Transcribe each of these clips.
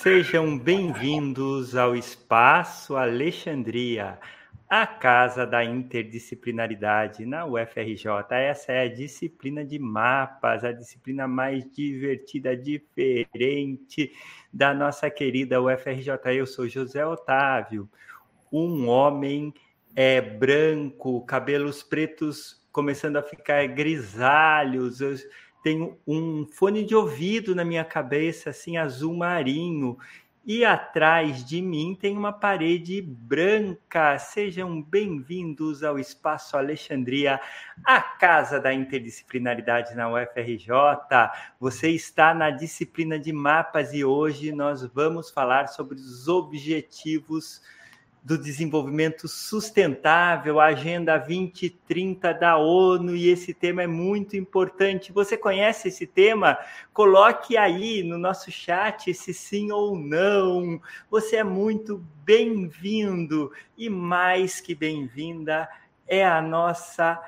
Sejam bem-vindos ao Espaço Alexandria, a casa da interdisciplinaridade na UFRJ. Essa é a disciplina de mapas, a disciplina mais divertida, diferente da nossa querida UFRJ. Eu sou José Otávio, um homem branco, cabelos pretos começando a ficar grisalhos. Eu tenho um fone de ouvido na minha cabeça, assim, azul marinho. E atrás de mim tem uma parede branca. Sejam bem-vindos ao Espaço Alexandria, a casa da interdisciplinaridade na UFRJ. Você está na disciplina de mapas e hoje nós vamos falar sobre os objetivos do desenvolvimento sustentável, a Agenda 2030 da ONU, e esse tema é muito importante. Você conhece esse tema? Coloque aí no nosso chat esse sim ou não. Você é muito bem-vindo, e mais que bem-vinda é a nossa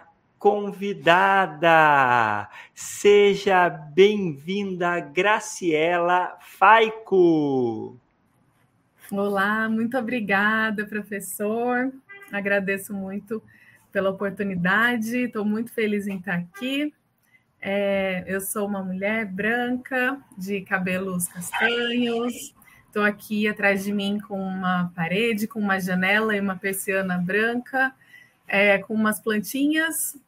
convidada. Seja bem-vinda, Graciela Faico. Olá, muito obrigada, professor. Agradeço muito pela oportunidade, estou muito feliz em estar aqui. Eu sou uma mulher branca, de cabelos castanhos, estou aqui atrás de mim com uma parede, com uma janela e uma persiana branca, com umas plantinhas,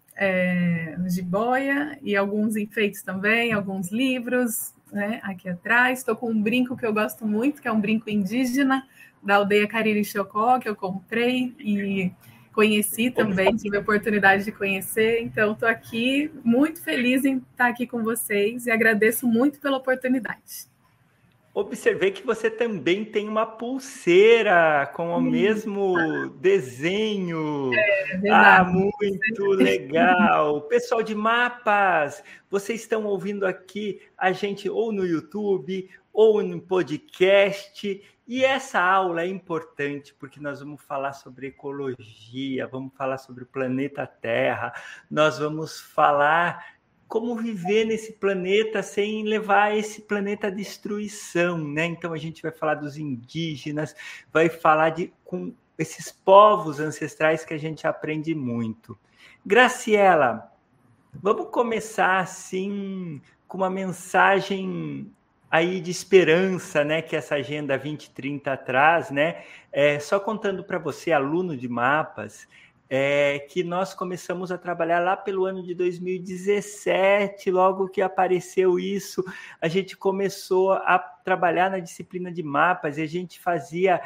jiboia e alguns enfeites também, alguns livros, né, aqui atrás. Estou com um brinco que eu gosto muito, que é um brinco indígena da aldeia Cariri-Chocó, que eu comprei e conheci também, tive a oportunidade de conhecer. Então, estou aqui muito feliz em estar aqui com vocês e agradeço muito pela oportunidade. Observei que você também tem uma pulseira com o mesmo desenho. É verdade. Muito legal. Pessoal de mapas, vocês estão ouvindo aqui a gente ou no YouTube ou no podcast. E essa aula é importante porque nós vamos falar sobre ecologia, vamos falar sobre o planeta Terra, nós vamos falar como viver nesse planeta sem levar esse planeta à destruição, né? Então a gente vai falar dos indígenas, vai falar com esses povos ancestrais que a gente aprende muito. Graciela, vamos começar assim com uma mensagem aí de esperança, né, que essa Agenda 2030 traz, né? Só contando para você, aluno de mapas, que nós começamos a trabalhar lá pelo ano de 2017, logo que apareceu isso, a gente começou a trabalhar na disciplina de mapas e a gente fazia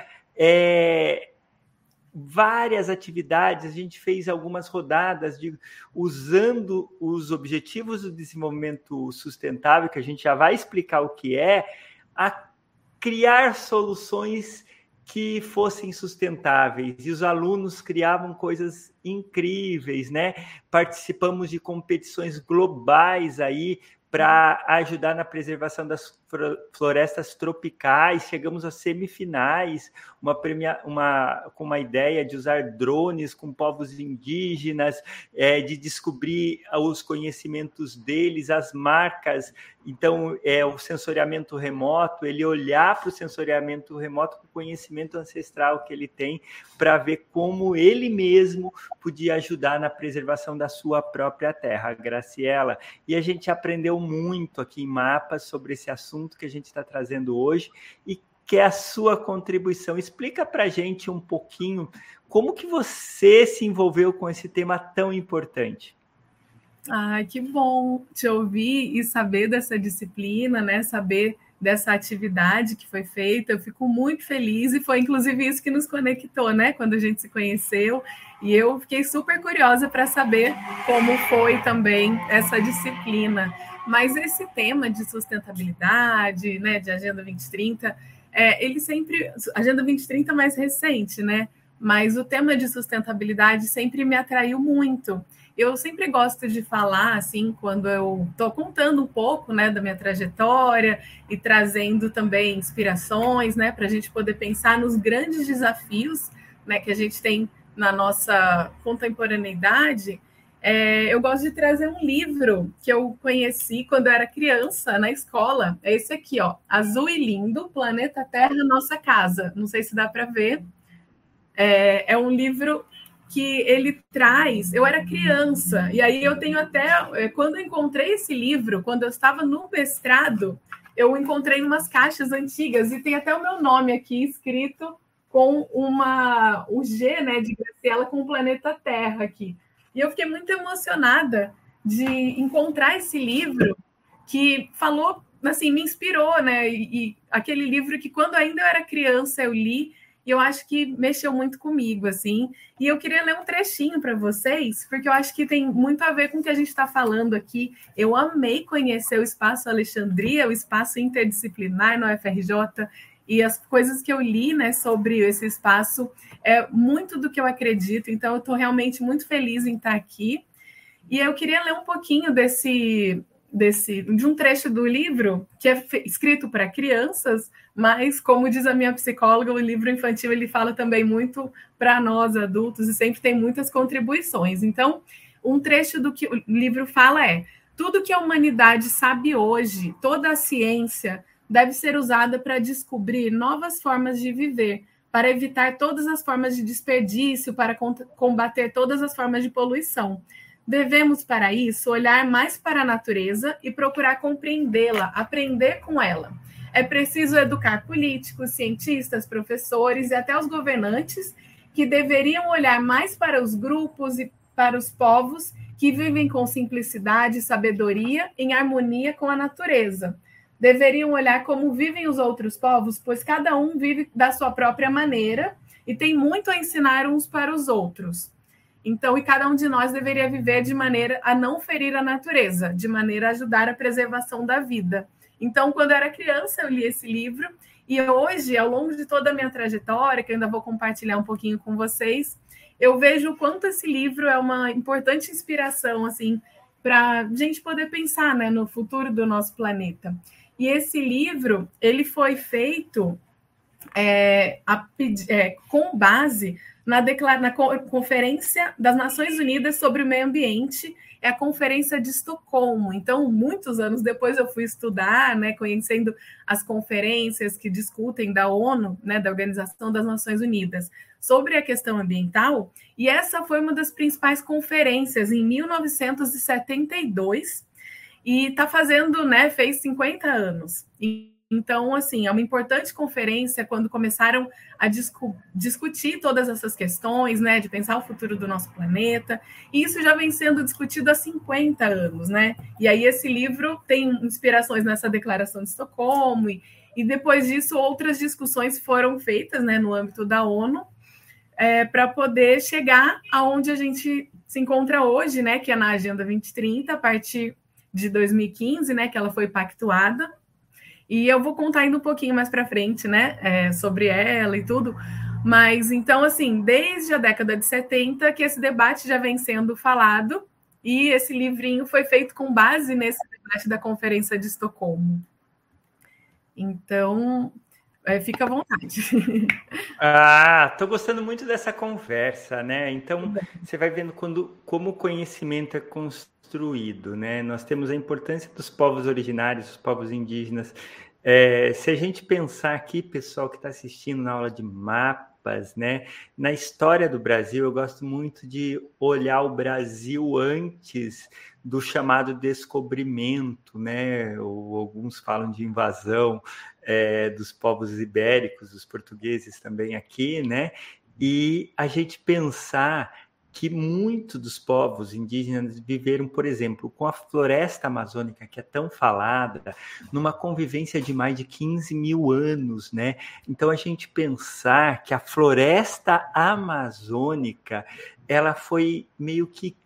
várias atividades, a gente fez algumas rodadas usando os objetivos do desenvolvimento sustentável, que a gente já vai explicar o que a criar soluções que fossem sustentáveis, e os alunos criavam coisas incríveis, né? Participamos de competições globais aí para ajudar na preservação das florestas tropicais, chegamos às semifinais, com uma ideia de usar drones com povos indígenas, de descobrir os conhecimentos deles, as marcas. Então, o sensoriamento remoto, ele olhar para o sensoriamento remoto com o conhecimento ancestral que ele tem, para ver como ele mesmo podia ajudar na preservação da sua própria terra, Graciela. E a gente aprendeu muito aqui em Mapas sobre esse assunto que a gente está trazendo hoje e que é a sua contribuição. Explica para a gente um pouquinho como que você se envolveu com esse tema tão importante. Que bom te ouvir e saber dessa disciplina, né? Saber dessa atividade que foi feita. Eu fico muito feliz e foi inclusive isso que nos conectou, né? Quando a gente se conheceu, e eu fiquei super curiosa para saber como foi também essa disciplina. Mas esse tema de sustentabilidade, né, de Agenda 2030, ele sempre... Agenda 2030 mais recente, né? Mas o tema de sustentabilidade sempre me atraiu muito. Eu sempre gosto de falar, assim, quando eu estou contando um pouco, né, da minha trajetória e trazendo também inspirações, né, para a gente poder pensar nos grandes desafios, né, que a gente tem na nossa contemporaneidade. Eu gosto de trazer um livro que eu conheci quando eu era criança, na escola. É esse aqui, ó, Azul e Lindo, Planeta Terra, Nossa Casa. Não sei se dá para ver. É um livro que ele traz... Eu era criança, e aí eu tenho até... Quando eu encontrei esse livro, quando eu estava no mestrado, eu encontrei umas caixas antigas, e tem até o meu nome aqui escrito com o G, né, de Graciela, com o planeta Terra aqui. E eu fiquei muito emocionada de encontrar esse livro que falou, assim, me inspirou, né? E aquele livro que quando ainda eu era criança eu li, e eu acho que mexeu muito comigo, assim. E eu queria ler um trechinho para vocês, porque eu acho que tem muito a ver com o que a gente está falando aqui. Eu amei conhecer o Espaço Alexandria, o espaço interdisciplinar no UFRJ, e as coisas que eu li, né, sobre esse espaço é muito do que eu acredito. Então, eu estou realmente muito feliz em estar aqui. E eu queria ler um pouquinho de um trecho do livro que é escrito para crianças, mas, como diz a minha psicóloga, o livro infantil ele fala também muito para nós adultos e sempre tem muitas contribuições. Então, um trecho do que o livro fala é: tudo que a humanidade sabe hoje, toda a ciência, deve ser usada para descobrir novas formas de viver, para evitar todas as formas de desperdício, para combater todas as formas de poluição. Devemos, para isso, olhar mais para a natureza e procurar compreendê-la, aprender com ela. É preciso educar políticos, cientistas, professores e até os governantes, que deveriam olhar mais para os grupos e para os povos que vivem com simplicidade e sabedoria em harmonia com a natureza. Deveriam olhar como vivem os outros povos, pois cada um vive da sua própria maneira e tem muito a ensinar uns para os outros. Então, e cada um de nós deveria viver de maneira a não ferir a natureza, de maneira a ajudar a preservação da vida. Então, quando eu era criança, eu li esse livro, e hoje, ao longo de toda a minha trajetória, que eu ainda vou compartilhar um pouquinho com vocês, eu vejo o quanto esse livro é uma importante inspiração, assim, para a gente poder pensar, né, no futuro do nosso planeta. E esse livro, ele foi feito com base na Conferência das Nações Unidas sobre o Meio Ambiente, é a Conferência de Estocolmo. Então, muitos anos depois eu fui estudar, né, conhecendo as conferências que discutem da ONU, né, da Organização das Nações Unidas, sobre a questão ambiental, e essa foi uma das principais conferências em 1972, e está fazendo, né, fez 50 anos. Então, assim, é uma importante conferência quando começaram a discutir todas essas questões, né, de pensar o futuro do nosso planeta, e isso já vem sendo discutido há 50 anos, né? E aí esse livro tem inspirações nessa Declaração de Estocolmo, e depois disso outras discussões foram feitas, né, no âmbito da ONU, para poder chegar aonde a gente se encontra hoje, né, que é na Agenda 2030, a partir de 2015, né, que ela foi pactuada. E eu vou contar ainda um pouquinho mais para frente, né, sobre ela e tudo. Mas, então, assim, desde a década de 70 que esse debate já vem sendo falado, e esse livrinho foi feito com base nesse debate da Conferência de Estocolmo. Então, fica à vontade. Tô gostando muito dessa conversa, né? Então, você vai vendo como o conhecimento é construído, né? Nós temos a importância dos povos originários, dos povos indígenas. Se a gente pensar aqui, pessoal que está assistindo na aula de mapas, né? Na história do Brasil, eu gosto muito de olhar o Brasil antes do chamado descobrimento, né? Ou alguns falam de invasão dos povos ibéricos, dos portugueses também aqui, né? E a gente pensar que muitos dos povos indígenas viveram, por exemplo, com a floresta amazônica, que é tão falada, numa convivência de mais de 15 mil anos, né? Então, a gente pensar que a floresta amazônica, ela foi meio que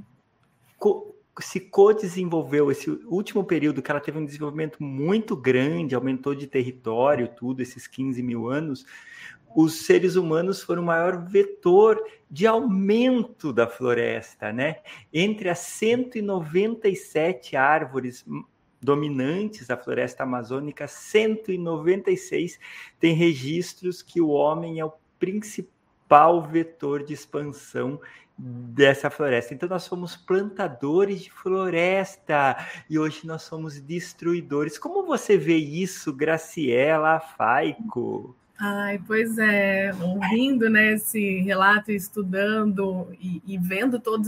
se co-desenvolveu, esse último período que ela teve um desenvolvimento muito grande, aumentou de território, tudo, esses 15 mil anos, os seres humanos foram o maior vetor de aumento da floresta, né? Entre as 197 árvores dominantes da floresta amazônica, 196 tem registros que o homem é o principal vetor de expansão dessa floresta. Então, nós somos plantadores de floresta e hoje nós somos destruidores. Como você vê isso, Graciela Faico? Ai, pois é, ouvindo, né, esse relato, estudando e vendo todos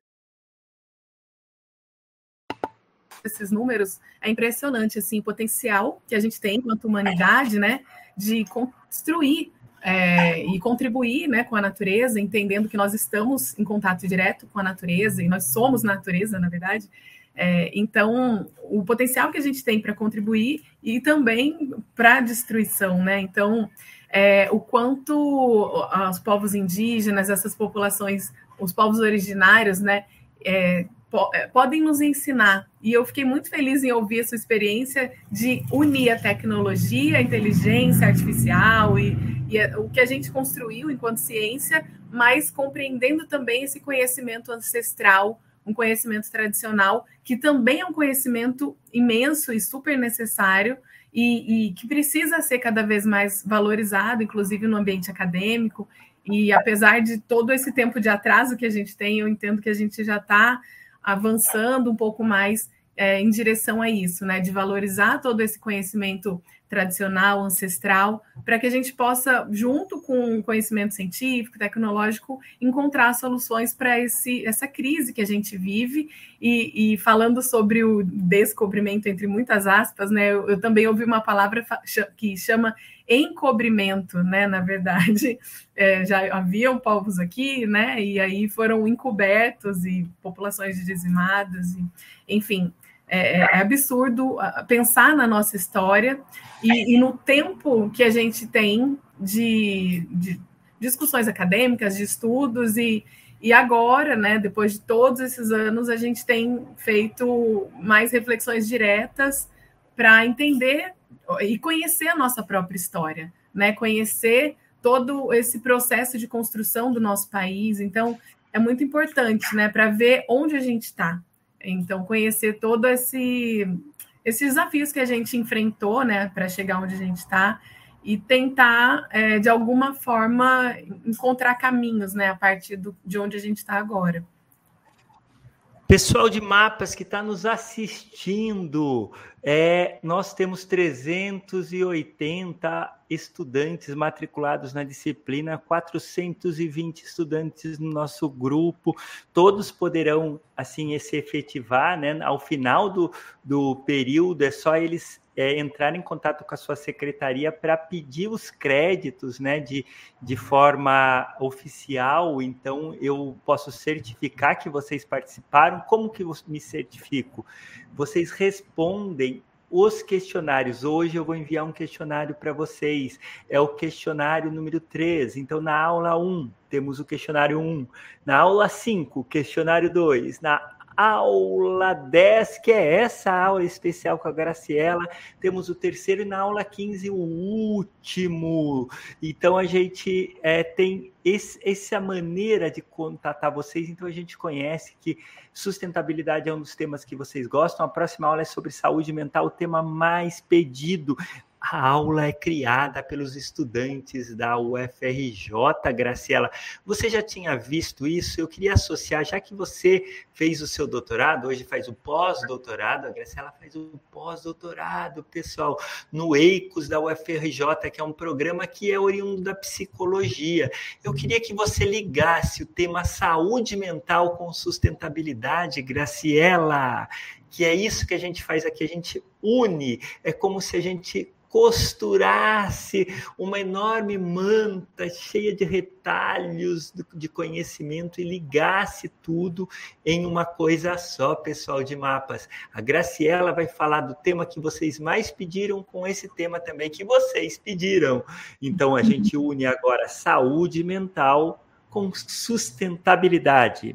esses números, é impressionante assim, o potencial que a gente tem enquanto humanidade, né, de construir e contribuir, né, com a natureza, entendendo que nós estamos em contato direto com a natureza e nós somos natureza, na verdade. Então, o potencial que a gente tem para contribuir e também para a destruição, né? Então, o quanto os povos indígenas, essas populações, os povos originários, né, podem nos ensinar. E eu fiquei muito feliz em ouvir a sua experiência de unir a tecnologia, a inteligência artificial e o que a gente construiu enquanto ciência, mas compreendendo também esse conhecimento ancestral, um conhecimento tradicional, que também é um conhecimento imenso e super necessário e que precisa ser cada vez mais valorizado, inclusive no ambiente acadêmico. E apesar de todo esse tempo de atraso que a gente tem, eu entendo que a gente já está avançando um pouco mais em direção a isso, né? De valorizar todo esse conhecimento tradicional, ancestral, para que a gente possa, junto com o conhecimento científico, tecnológico, encontrar soluções para essa crise que a gente vive. E falando sobre o descobrimento, entre muitas aspas, né? Eu também ouvi uma palavra que chama encobrimento, né? Na verdade, já haviam povos aqui, né? E aí foram encobertos e populações dizimadas, enfim. É absurdo pensar na nossa história e no tempo que a gente tem de discussões acadêmicas, de estudos, e agora, né, depois de todos esses anos, a gente tem feito mais reflexões diretas para entender e conhecer a nossa própria história, né, conhecer todo esse processo de construção do nosso país. Então, é muito importante, né, para ver onde a gente está. Então, conhecer todo esses desafios que a gente enfrentou, né, para chegar onde a gente está e tentar, de alguma forma, encontrar caminhos, né, a partir de onde a gente está agora. Pessoal de Mapas que está nos assistindo, nós temos 380 estudantes matriculados na disciplina, 420 estudantes no nosso grupo, todos poderão assim se efetivar, né? Ao final do período, é só eles entrar em contato com a sua secretaria para pedir os créditos, né, de forma oficial. Então, eu posso certificar que vocês participaram. Como que eu me certifico? Vocês respondem os questionários. Hoje eu vou enviar um questionário para vocês. É o questionário número 3. Então, na aula 1, temos o questionário 1. Na aula 5, questionário 2. Na aula 10, que é essa aula especial com a Graciela, temos o terceiro, e na aula 15, o último. Então, a gente tem essa maneira de contatar vocês. Então, a gente conhece que sustentabilidade é um dos temas que vocês gostam. A próxima aula é sobre saúde mental, o tema mais pedido. A aula é criada pelos estudantes da UFRJ, Graciela. Você já tinha visto isso? Eu queria associar, já que você fez o seu doutorado, hoje faz o pós-doutorado, a Graciela faz o pós-doutorado, pessoal, no EICOS da UFRJ, que é um programa que é oriundo da psicologia. Eu queria que você ligasse o tema saúde mental com sustentabilidade, Graciela, que é isso que a gente faz aqui, a gente une, é como se a gente costurasse uma enorme manta cheia de retalhos de conhecimento e ligasse tudo em uma coisa só, pessoal de Mapas. A Graciela vai falar do tema que vocês mais pediram com esse tema também que vocês pediram. Então, a gente une agora saúde mental com sustentabilidade.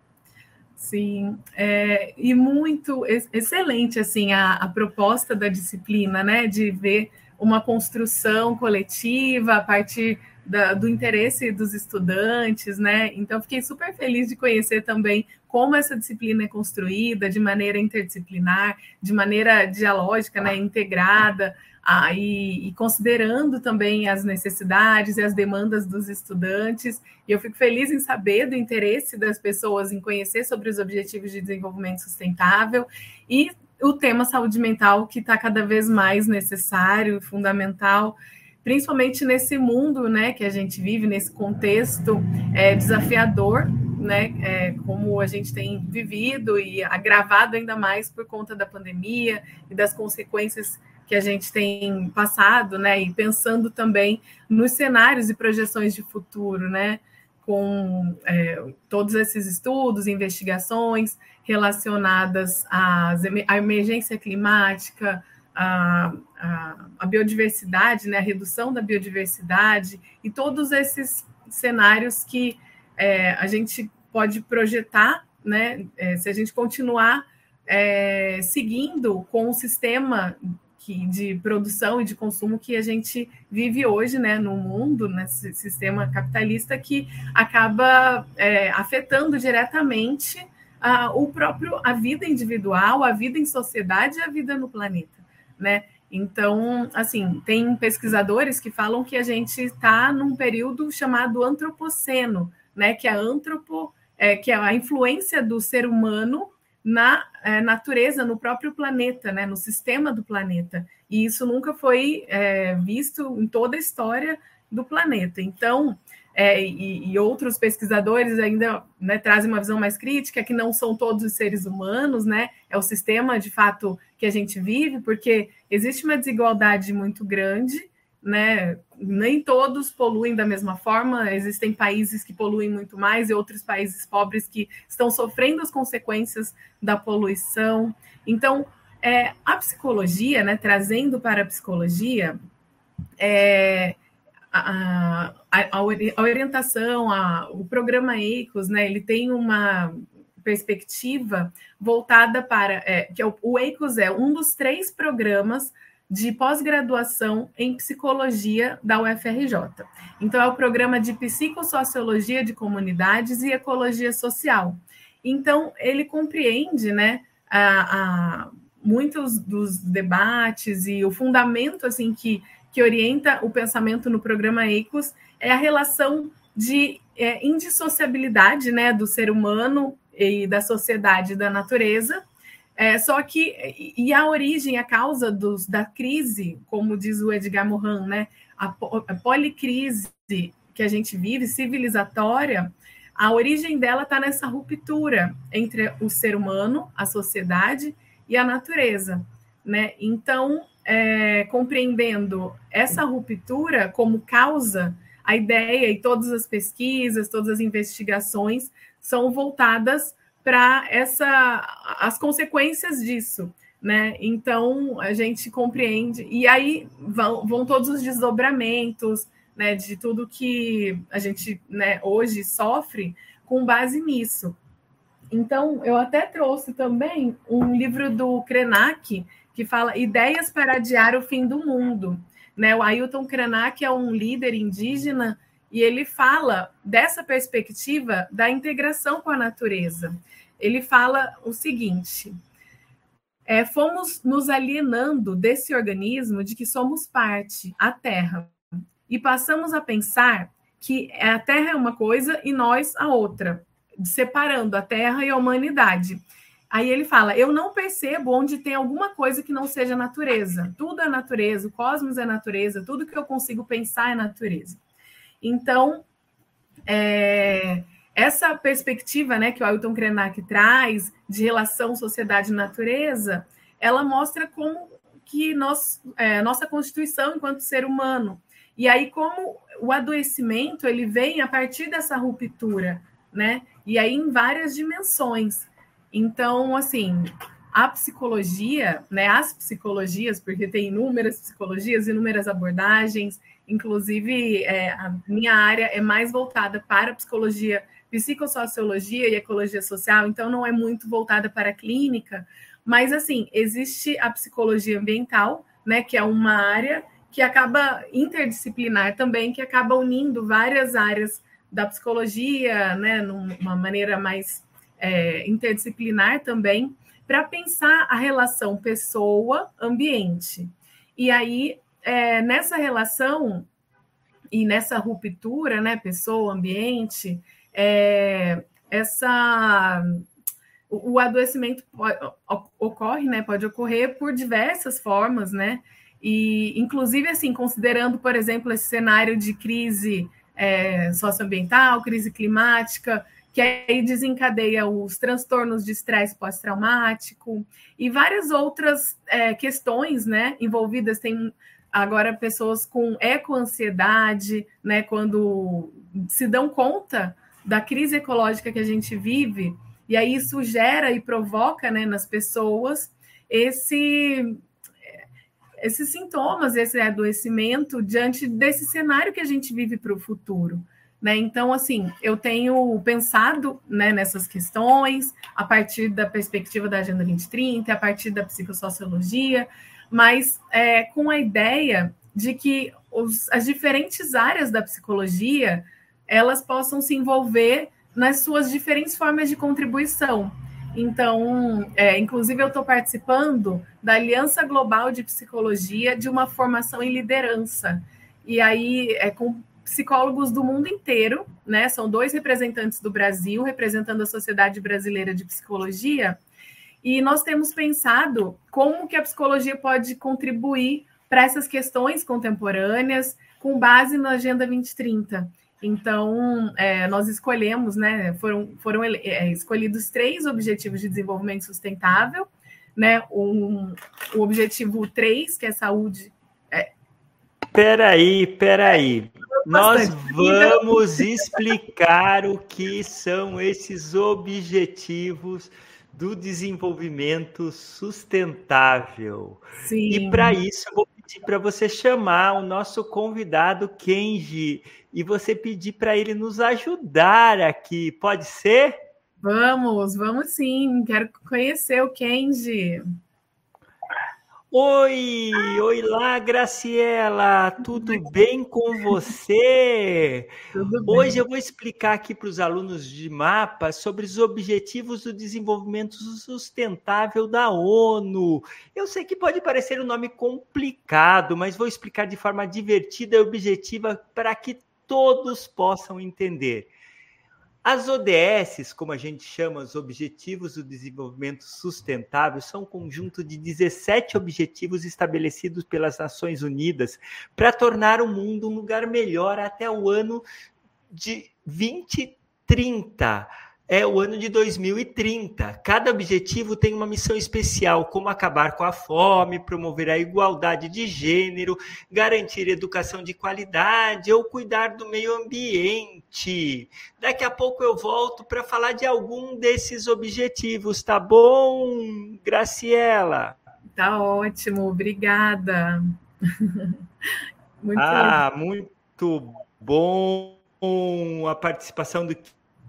Sim, e muito excelente assim a proposta da disciplina, né, de ver uma construção coletiva a partir do interesse dos estudantes, né? Então, fiquei super feliz de conhecer também como essa disciplina é construída de maneira interdisciplinar, de maneira dialógica, né? Integrada, e considerando também as necessidades e as demandas dos estudantes. E eu fico feliz em saber do interesse das pessoas em conhecer sobre os Objetivos de Desenvolvimento Sustentável e o tema saúde mental, que está cada vez mais necessário, fundamental, principalmente nesse mundo, né, que a gente vive, nesse contexto desafiador, né, como a gente tem vivido e agravado ainda mais por conta da pandemia e das consequências que a gente tem passado, né, e pensando também nos cenários e projeções de futuro, né, com todos esses estudos, investigações relacionadas à emergência climática, a biodiversidade, né, a redução da biodiversidade e todos esses cenários que a gente pode projetar, né, se a gente continuar seguindo com o sistema de produção e de consumo que a gente vive hoje, né, no mundo, nesse sistema capitalista que acaba afetando diretamente a vida individual, a vida em sociedade e a vida no planeta, né? Então, assim, tem pesquisadores que falam que a gente está num período chamado antropoceno, né? Que é a influência do ser humano na natureza, no próprio planeta, né? No sistema do planeta. E isso nunca foi visto em toda a história do planeta. Então, e outros pesquisadores ainda, né, trazem uma visão mais crítica, que não são todos os seres humanos, né? É o sistema, de fato, que a gente vive, porque existe uma desigualdade muito grande, né? Nem todos poluem da mesma forma, existem países que poluem muito mais e outros países pobres que estão sofrendo as consequências da poluição. Então, a psicologia, né, trazendo para a psicologia, a orientação, o programa EICOS, né, ele tem uma perspectiva voltada para... que o EICOS é um dos 3 programas de pós-graduação em psicologia da UFRJ. Então, é o programa de psicossociologia de comunidades e ecologia social. Então, ele compreende, né, muitos dos debates e o fundamento assim, que orienta o pensamento no programa EICOS é a relação de indissociabilidade, né, do ser humano e da sociedade e da natureza. Só que, e a origem, a causa da crise, como diz o Edgar Morin, né, a policrise que a gente vive, civilizatória, a origem dela está nessa ruptura entre o ser humano, a sociedade e a natureza, né? Então, compreendendo essa ruptura como causa, a ideia e todas as pesquisas, todas as investigações são voltadas para as consequências disso, né? Então, a gente compreende, e aí vão todos os desdobramentos, né, de tudo que a gente, né, hoje sofre com base nisso. Então, eu até trouxe também um livro do Krenak, que fala Ideias para Adiar o Fim do Mundo. Né? O Ailton Krenak é um líder indígena e ele fala dessa perspectiva da integração com a natureza. Ele fala o seguinte: fomos nos alienando desse organismo de que somos parte, a Terra, e passamos a pensar que a Terra é uma coisa e nós a outra, separando a Terra e a humanidade. Aí ele fala, eu não percebo onde tem alguma coisa que não seja natureza. Tudo é natureza, o cosmos é natureza, tudo que eu consigo pensar é natureza. Então, essa perspectiva, né, que o Ailton Krenak traz de relação sociedade-natureza, ela mostra como que nossa constituição enquanto ser humano. E aí como o adoecimento ele vem a partir dessa ruptura, né? E aí em várias dimensões. Então, assim, a psicologia, né, as psicologias, porque tem inúmeras psicologias, inúmeras abordagens, inclusive a minha área é mais voltada para a psicologia, psicossociologia e ecologia social, então não é muito voltada para a clínica, mas, assim, existe a psicologia ambiental, né, que é uma área que acaba interdisciplinar também, que acaba unindo várias áreas da psicologia, né, numa maneira mais interdisciplinar também, para pensar a relação pessoa-ambiente. E aí, nessa relação e nessa ruptura, né, pessoa-ambiente, o adoecimento ocorre, né, pode ocorrer por diversas formas, né, e inclusive, assim, considerando, por exemplo, esse cenário de crise socioambiental, crise climática, que aí desencadeia os transtornos de estresse pós-traumático e várias outras questões, né, envolvidas. Tem agora pessoas com ecoansiedade, né, quando se dão conta da crise ecológica que a gente vive, e aí isso gera e provoca, né, nas pessoas esses sintomas, esse adoecimento diante desse cenário que a gente vive para o futuro. Né? Então, assim, eu tenho pensado, né, nessas questões a partir da perspectiva da Agenda 2030, a partir da psicossociologia, mas com a ideia de que as diferentes áreas da psicologia elas possam se envolver nas suas diferentes formas de contribuição. Então, inclusive, eu estou participando da Aliança Global de Psicologia de uma formação em liderança. E aí, com psicólogos do mundo inteiro, né? São 2 representantes do Brasil, representando a Sociedade Brasileira de Psicologia, e nós temos pensado como que a psicologia pode contribuir para essas questões contemporâneas com base na Agenda 2030. Então, nós escolhemos, né, foram escolhidos 3 objetivos de desenvolvimento sustentável, né, o objetivo 3, que é saúde. Peraí. Nós vamos explicar o que são esses objetivos do desenvolvimento sustentável. Sim. E para isso eu vou pedir para você chamar o nosso convidado Kenji e você pedir para ele nos ajudar aqui. Pode ser? Vamos sim. Quero conhecer o Kenji. Oi lá, Graciela, tudo bem com você? Tudo bem. Hoje eu vou explicar aqui para os alunos de MAPA sobre os Objetivos do Desenvolvimento Sustentável da ONU. Eu sei que pode parecer um nome complicado, mas vou explicar de forma divertida e objetiva para que todos possam entender. As ODS, como a gente chama, os Objetivos do Desenvolvimento Sustentável, são um conjunto de 17 objetivos estabelecidos pelas Nações Unidas para tornar o mundo um lugar melhor até o ano de 2030. É o ano de 2030. Cada objetivo tem uma missão especial, como acabar com a fome, promover a igualdade de gênero, garantir educação de qualidade ou cuidar do meio ambiente. Daqui a pouco eu volto para falar de algum desses objetivos, tá bom, Graciela? Tá ótimo, obrigada. Muito bom a participação do...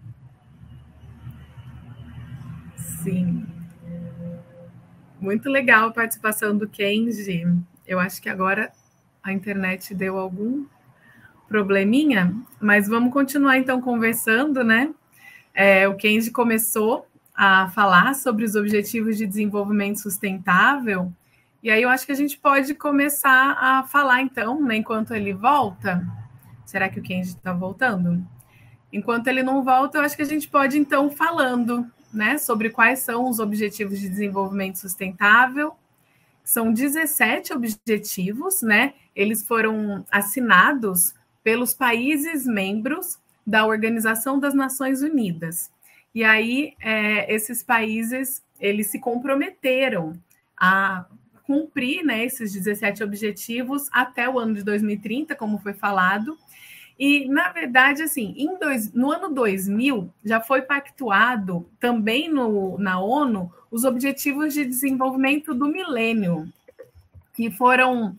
Sim. Muito legal a participação do Kenji. Eu acho que agora a internet deu algum probleminha, mas vamos continuar então conversando, né? O Kenji começou a falar sobre os Objetivos de Desenvolvimento Sustentável, e aí eu acho que a gente pode começar a falar então, né, enquanto ele volta. Será que o Kenji está voltando? Enquanto ele não volta, eu acho que a gente pode então falando, né, sobre quais são os Objetivos de Desenvolvimento Sustentável. São 17 objetivos, né? Eles foram assinados pelos países membros da Organização das Nações Unidas. E aí, esses países, eles se comprometeram a cumprir, né, esses 17 objetivos até o ano de 2030, como foi falado. E, na verdade, assim, no ano 2000, já foi pactuado também na ONU os Objetivos de Desenvolvimento do Milênio, que foram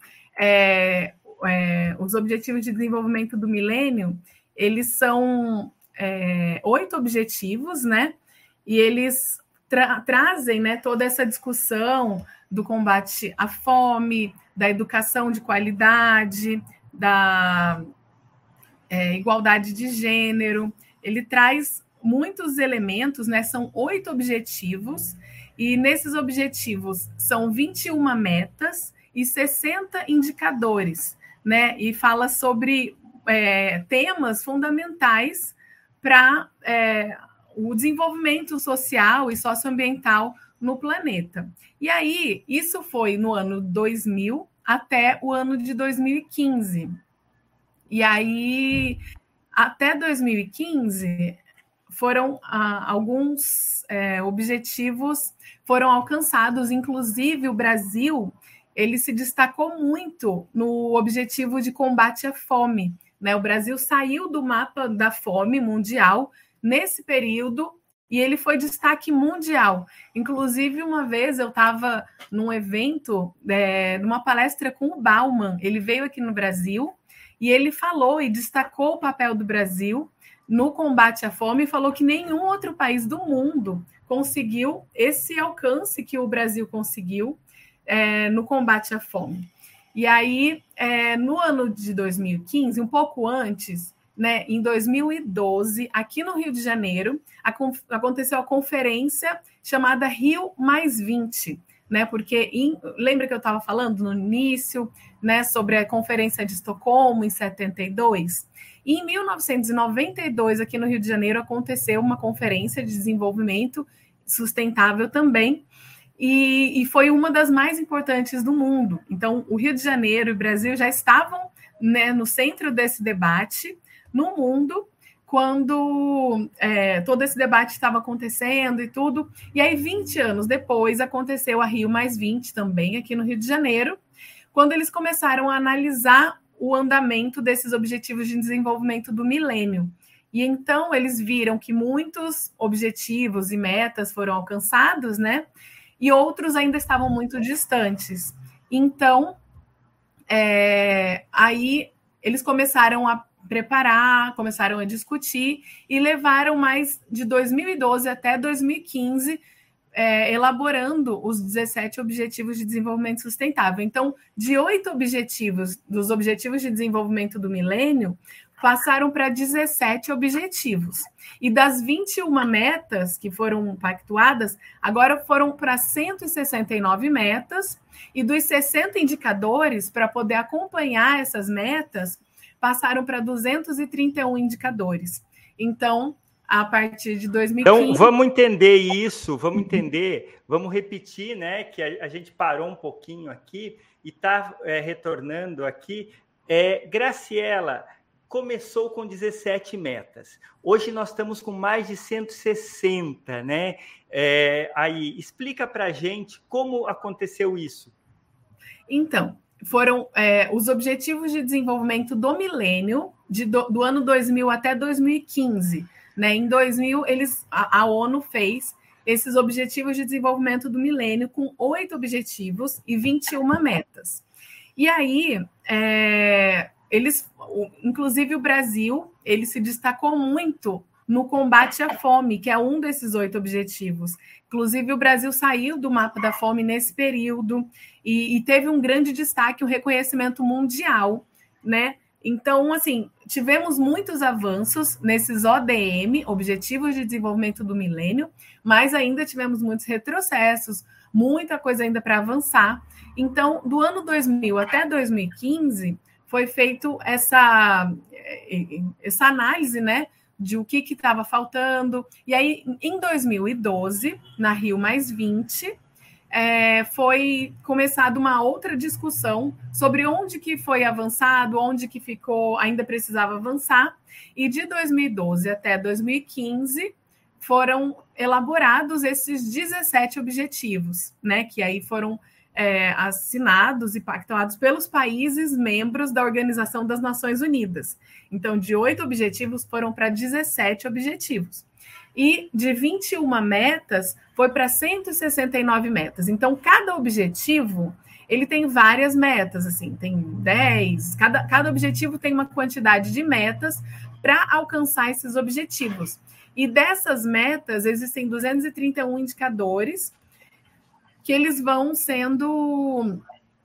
os Objetivos de Desenvolvimento do Milênio, eles são 8 objetivos, né? E eles trazem, né, toda essa discussão do combate à fome, da educação de qualidade, da igualdade de gênero. Ele traz muitos elementos, né? São 8 objetivos, e nesses objetivos são 21 metas e 60 indicadores, né? E fala sobre temas fundamentais para o desenvolvimento social e socioambiental no planeta. E aí, isso foi no ano 2000 até o ano de 2015. E aí, até 2015, foram alguns objetivos foram alcançados, inclusive o Brasil, ele se destacou muito no objetivo de combate à fome, né? O Brasil saiu do mapa da fome mundial nesse período e ele foi destaque mundial. Inclusive, uma vez eu estava num evento, numa palestra com o Bauman, ele veio aqui no Brasil e ele falou e destacou o papel do Brasil no combate à fome e falou que nenhum outro país do mundo conseguiu esse alcance que o Brasil conseguiu no combate à fome. E aí, no ano de 2015, um pouco antes, né, em 2012, aqui no Rio de Janeiro, aconteceu a conferência chamada Rio Mais 20, né, porque lembra que eu estava falando no início, né, sobre a Conferência de Estocolmo em 72? E em 1992, aqui no Rio de Janeiro, aconteceu uma conferência de desenvolvimento sustentável também, e foi uma das mais importantes do mundo. Então, o Rio de Janeiro e o Brasil já estavam, né, no centro desse debate no mundo, quando todo esse debate estava acontecendo e tudo. E aí, 20 anos depois, aconteceu a Rio Mais 20 também, aqui no Rio de Janeiro, quando eles começaram a analisar o andamento desses objetivos de desenvolvimento do milênio. E então eles viram que muitos objetivos e metas foram alcançados, né? E outros ainda estavam muito distantes. Então, aí eles começaram a preparar, começaram a discutir e levaram mais de 2012 até 2015 elaborando os 17 Objetivos de Desenvolvimento Sustentável. Então, de 8 objetivos, dos Objetivos de Desenvolvimento do Milênio, passaram para 17 objetivos. E das 21 metas que foram pactuadas, agora foram para 169 metas, e dos 60 indicadores, para poder acompanhar essas metas, passaram para 231 indicadores. Então, a partir de 2015... Então, vamos entender isso, vamos repetir, né, que a gente parou um pouquinho aqui e está retornando aqui. Graciela, começou com 17 metas. Hoje nós estamos com mais de 160, né? Aí, explica para a gente como aconteceu isso. Então, foram os Objetivos de Desenvolvimento do Milênio, do ano 2000 até 2015. Né? Em 2000, a ONU fez esses Objetivos de Desenvolvimento do Milênio com 8 objetivos e 21 metas. E aí, inclusive o Brasil, ele se destacou muito no combate à fome, que é um desses 8 objetivos. Inclusive, o Brasil saiu do mapa da fome nesse período e teve um grande destaque, um reconhecimento mundial, né? Então, assim, tivemos muitos avanços nesses ODM, Objetivos de Desenvolvimento do Milênio, mas ainda tivemos muitos retrocessos, muita coisa ainda para avançar. Então, do ano 2000 até 2015, foi feito essa análise, né, de o que estava faltando. E aí, em 2012, na Rio Mais 20, foi começada uma outra discussão sobre onde que foi avançado, onde que ficou, ainda precisava avançar, e de 2012 até 2015 foram elaborados esses 17 objetivos, né, que aí foram assinados e pactuados pelos países membros da Organização das Nações Unidas. Então, de 8 objetivos foram para 17 objetivos. E de 21 metas, foi para 169 metas. Então, cada objetivo, ele tem várias metas, assim, tem 10, cada objetivo tem uma quantidade de metas para alcançar esses objetivos. E dessas metas, existem 231 indicadores que eles vão sendo...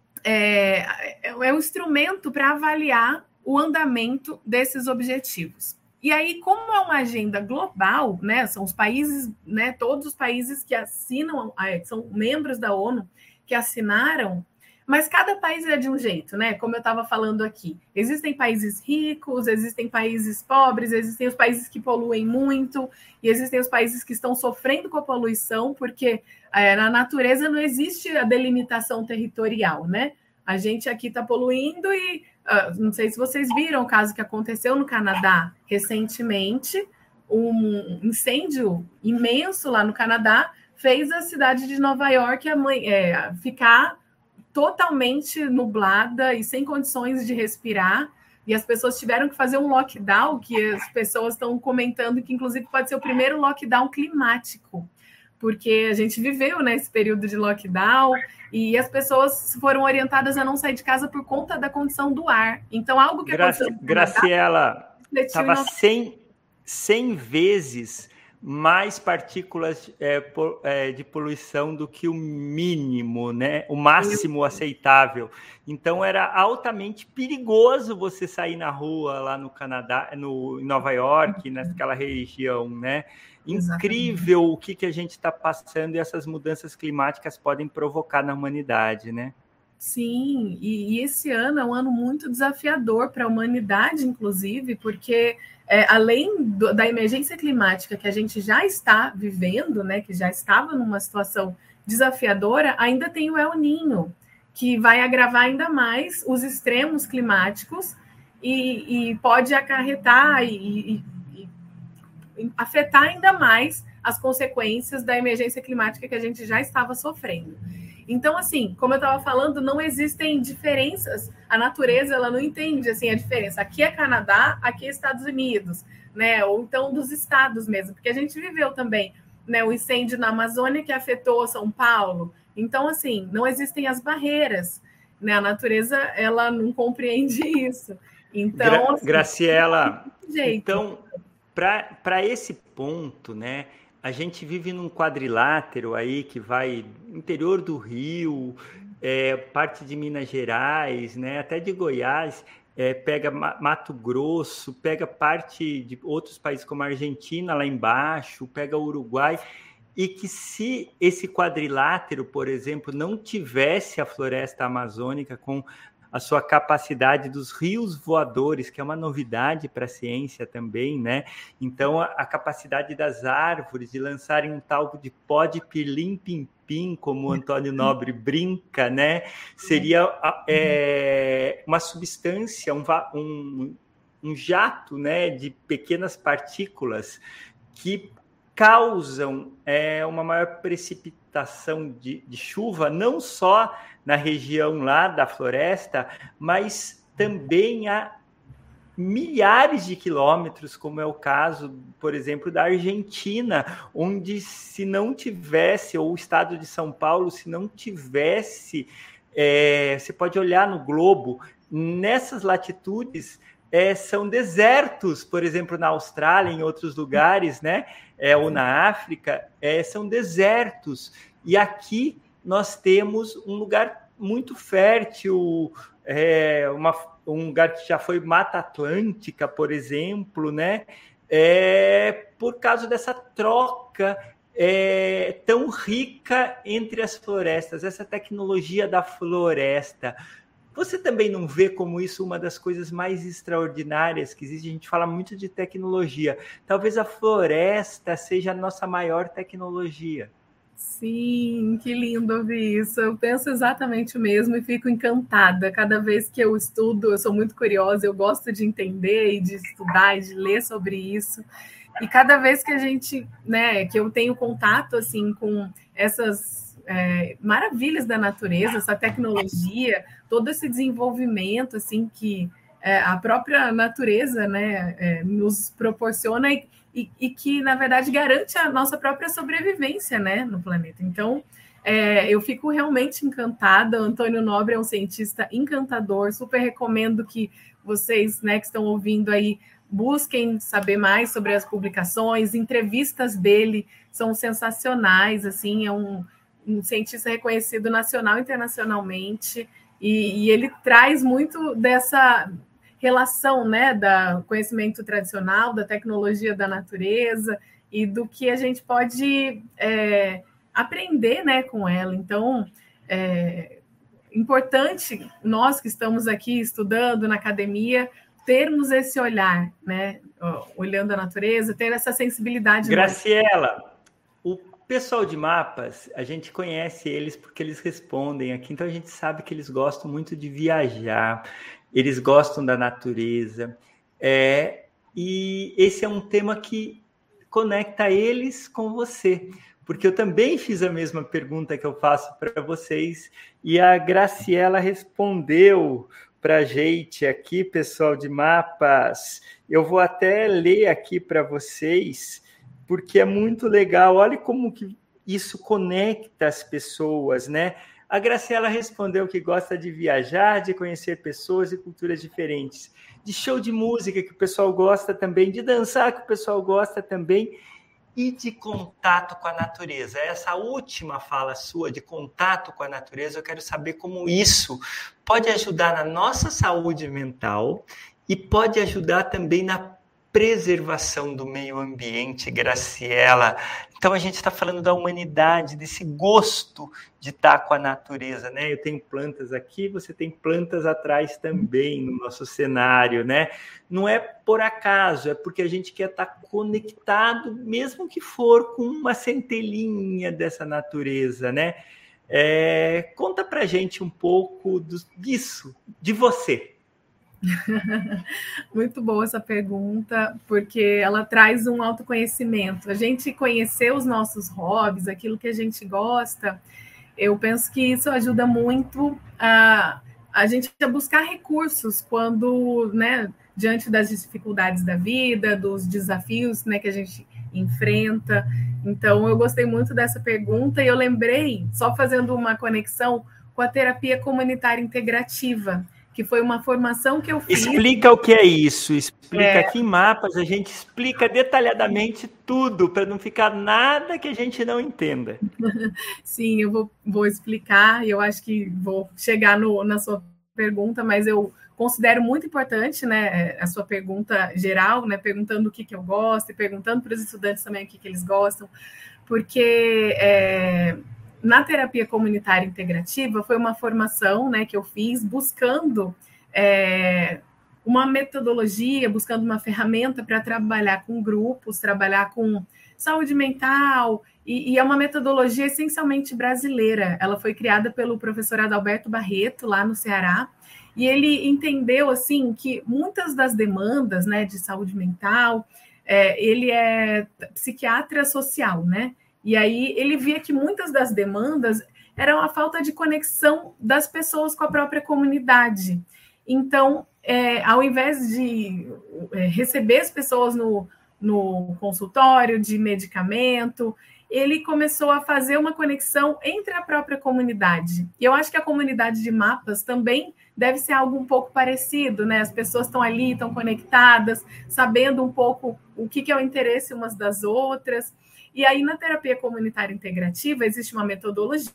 É um instrumento para avaliar o andamento desses objetivos. E aí, como é uma agenda global, né, são os países, né, todos os países que assinam, são membros da ONU que assinaram, mas cada país é de um jeito, né? Como eu estava falando aqui. Existem países ricos, existem países pobres, existem os países que poluem muito, e existem os países que estão sofrendo com a poluição, porque na natureza não existe a delimitação territorial, né? A gente aqui está poluindo e não sei se vocês viram o caso que aconteceu no Canadá recentemente, um incêndio imenso lá no Canadá fez a cidade de Nova York ficar totalmente nublada e sem condições de respirar, e as pessoas tiveram que fazer um lockdown, que as pessoas estão comentando que, inclusive, pode ser o primeiro lockdown climático, porque a gente viveu nesse período de lockdown e as pessoas foram orientadas a não sair de casa por conta da condição do ar. Então, algo que aconteceu... Graciela, estava 100 vezes mais partículas de poluição do que o mínimo, né? O máximo aceitável. Então, era altamente perigoso você sair na rua lá no Canadá, em Nova York, naquela região, né? Incrível. Exatamente. O que a gente está passando e essas mudanças climáticas podem provocar na humanidade, né? Sim, e esse ano é um ano muito desafiador para a humanidade, inclusive, porque além da emergência climática que a gente já está vivendo, né, que já estava numa situação desafiadora, ainda tem o El Niño, que vai agravar ainda mais os extremos climáticos e pode acarretar e afetar ainda mais as consequências da emergência climática que a gente já estava sofrendo. Então, assim, como eu estava falando, não existem diferenças. A natureza, ela não entende, assim, a diferença. Aqui é Canadá, aqui é Estados Unidos, né? Ou então dos estados mesmo, porque a gente viveu também, né, o incêndio na Amazônia que afetou São Paulo. Então, assim, não existem as barreiras, né? A natureza, ela não compreende isso. Então, assim, Graciela, então, para esse ponto, né? A gente vive num quadrilátero aí que vai interior do Rio, parte de Minas Gerais, né, até de Goiás, pega Mato Grosso, pega parte de outros países como a Argentina lá embaixo, pega o Uruguai, e que se esse quadrilátero, por exemplo, não tivesse a floresta amazônica com a sua capacidade dos rios voadores, que é uma novidade para a ciência também, né? Então, a capacidade das árvores de lançarem um tal de pó de pirlim-pim-pim, como o Antônio Nobre brinca, né? Seria uma substância, um jato, né, de pequenas partículas que causam uma maior precipitação de chuva, não só na região lá da floresta, mas também a milhares de quilômetros, como é o caso, por exemplo, da Argentina, onde se não tivesse, ou o estado de São Paulo, se não tivesse, você pode olhar no globo, nessas latitudes, são desertos, por exemplo, na Austrália, em outros lugares, né? Ou na África, são desertos. E aqui nós temos um lugar muito fértil, um lugar que já foi Mata Atlântica, por exemplo, né? Por causa dessa troca tão rica entre as florestas, essa tecnologia da floresta. Você também não vê como isso uma das coisas mais extraordinárias que existe? A gente fala muito de tecnologia. Talvez a floresta seja a nossa maior tecnologia. Sim, que lindo ouvir isso. Eu penso exatamente o mesmo e fico encantada. Cada vez que eu estudo, eu sou muito curiosa, eu gosto de entender e de estudar e de ler sobre isso. E cada vez que a gente, né, que eu tenho contato assim com essas maravilhas da natureza, essa tecnologia, todo esse desenvolvimento assim que a própria natureza, né, nos proporciona e que, na verdade, garante a nossa própria sobrevivência, né, no planeta. Então, eu fico realmente encantada. O Antônio Nobre é um cientista encantador, super recomendo que vocês, né, que estão ouvindo aí, busquem saber mais sobre as publicações, entrevistas dele são sensacionais, assim, é um cientista reconhecido nacional e internacionalmente, e ele traz muito dessa relação, né, do conhecimento tradicional, da tecnologia da natureza e do que a gente pode aprender, né, com ela. Então, importante nós que estamos aqui estudando na academia termos esse olhar, né, olhando a natureza, ter essa sensibilidade. Graciela, o pessoal de mapas, a gente conhece eles porque eles respondem aqui, então a gente sabe que eles gostam muito de viajar, eles gostam da natureza, e esse é um tema que conecta eles com você, porque eu também fiz a mesma pergunta que eu faço para vocês, e a Graciela respondeu para a gente aqui, pessoal de mapas. Eu vou até ler aqui para vocês, porque é muito legal. Olha como que isso conecta as pessoas, né? A Graciela respondeu que gosta de viajar, de conhecer pessoas e culturas diferentes, de show de música que o pessoal gosta também, de dançar que o pessoal gosta também, e de contato com a natureza. Essa última fala sua de contato com a natureza, eu quero saber como isso pode ajudar na nossa saúde mental e pode ajudar também na preservação do meio ambiente, Graciela. Então a gente está falando da humanidade, desse gosto de estar com a natureza, né? Eu tenho plantas aqui, você tem plantas atrás também no nosso cenário, né? Não é por acaso, é porque a gente quer estar conectado, mesmo que for com uma centelhinha dessa natureza, né? Conta pra gente um pouco disso, de você. Muito boa essa pergunta, porque ela traz um autoconhecimento. A gente conhecer os nossos hobbies, aquilo que a gente gosta, eu penso que isso ajuda muito a gente a buscar recursos quando, né, diante das dificuldades da vida, dos desafios, né, que a gente enfrenta. Então, eu gostei muito dessa pergunta e eu lembrei, só fazendo uma conexão com a terapia comunitária integrativa, que foi uma formação que eu fiz. Explica o que é isso, explica aqui em mapas, a gente explica detalhadamente tudo, para não ficar nada que a gente não entenda. Sim, eu vou explicar, e eu acho que vou chegar na sua pergunta, mas eu considero muito importante, né, a sua pergunta geral, né, perguntando o que eu gosto, e perguntando para os estudantes também o que eles gostam, porque na terapia comunitária integrativa foi uma formação, né, que eu fiz buscando uma metodologia, buscando uma ferramenta para trabalhar com grupos, trabalhar com saúde mental, e é uma metodologia essencialmente brasileira. Ela foi criada pelo professor Adalberto Barreto, lá no Ceará, e ele entendeu assim que muitas das demandas, né, de saúde mental, ele é psiquiatra social, né? E aí ele via que muitas das demandas eram a falta de conexão das pessoas com a própria comunidade. Então, ao invés de receber as pessoas no consultório de medicamento, ele começou a fazer uma conexão entre a própria comunidade. E eu acho que a comunidade de mapas também deve ser algo um pouco parecido, né? As pessoas estão ali, estão conectadas, sabendo um pouco o que é o interesse umas das outras. E aí, na terapia comunitária integrativa, existe uma metodologia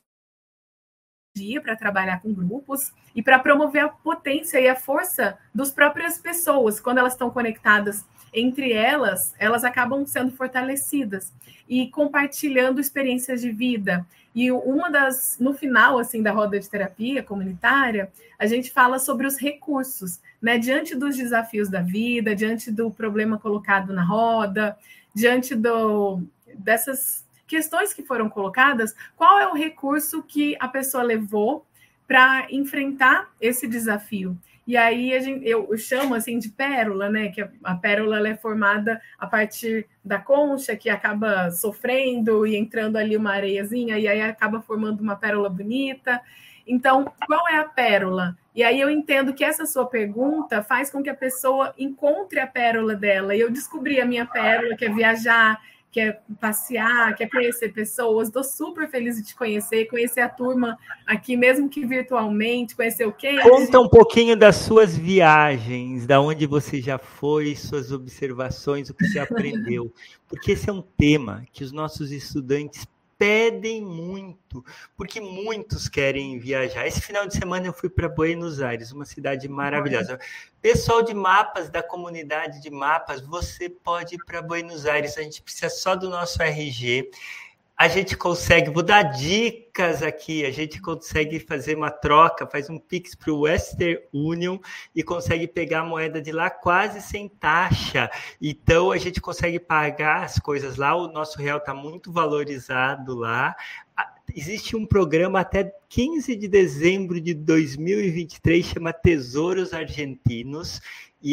para trabalhar com grupos e para promover a potência e a força das próprias pessoas. Quando elas estão conectadas entre elas, elas acabam sendo fortalecidas e compartilhando experiências de vida. E no final assim da roda de terapia comunitária, a gente fala sobre os recursos, né? Diante dos desafios da vida, diante do problema colocado na roda, diante dessas questões que foram colocadas, qual é o recurso que a pessoa levou para enfrentar esse desafio? E aí eu chamo assim de pérola, né? Que a pérola ela é formada a partir da concha, que acaba sofrendo e entrando ali uma areiazinha, e aí acaba formando uma pérola bonita. Então, qual é a pérola? E aí eu entendo que essa sua pergunta faz com que a pessoa encontre a pérola dela. E eu descobri a minha pérola, que é viajar, quer passear, quer conhecer pessoas. Estou super feliz de te conhecer a turma aqui, mesmo que virtualmente, conhecer o quê? Conta um pouquinho das suas viagens, da onde você já foi, suas observações, o que você aprendeu. Porque esse é um tema que os nossos estudantes pedem muito, porque muitos querem viajar. Esse final de semana eu fui para Buenos Aires, uma cidade maravilhosa. Pessoal de mapas, da comunidade de mapas, você pode ir para Buenos Aires, a gente precisa só do nosso RG. A gente consegue, vou dar dicas aqui, a gente consegue fazer uma troca, faz um Pix para o Western Union e consegue pegar a moeda de lá quase sem taxa. Então, a gente consegue pagar as coisas lá, o nosso real está muito valorizado lá. Existe um programa até 15 de dezembro de 2023, chama Tesouros Argentinos, e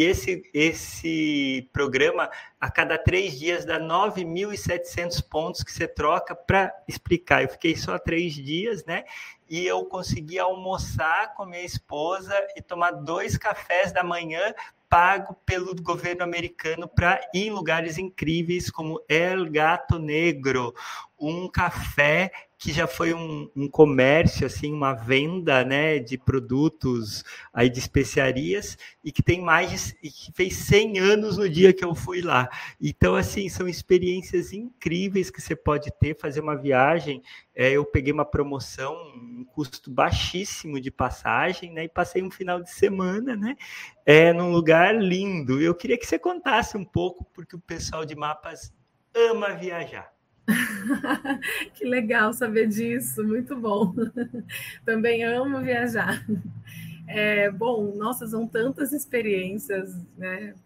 esse programa, a cada 3 dias, dá 9.700 pontos que você troca para explicar. Eu fiquei só 3 dias, né? E eu consegui almoçar com minha esposa e tomar 2 cafés da manhã pago pelo governo americano para ir em lugares incríveis como El Gato Negro, um café que já foi um comércio, assim, uma venda, né, de produtos aí de especiarias e que tem e que fez 100 anos no dia que eu fui lá. Então, assim, são experiências incríveis que você pode ter, fazer uma viagem. Eu peguei uma promoção, um custo baixíssimo de passagem, né, e passei um final de semana, né, num lugar lindo. Eu queria que você contasse um pouco, porque o pessoal de mapas ama viajar. Que legal saber disso, muito bom. Também amo viajar. Bom, nossa, são tantas experiências, né?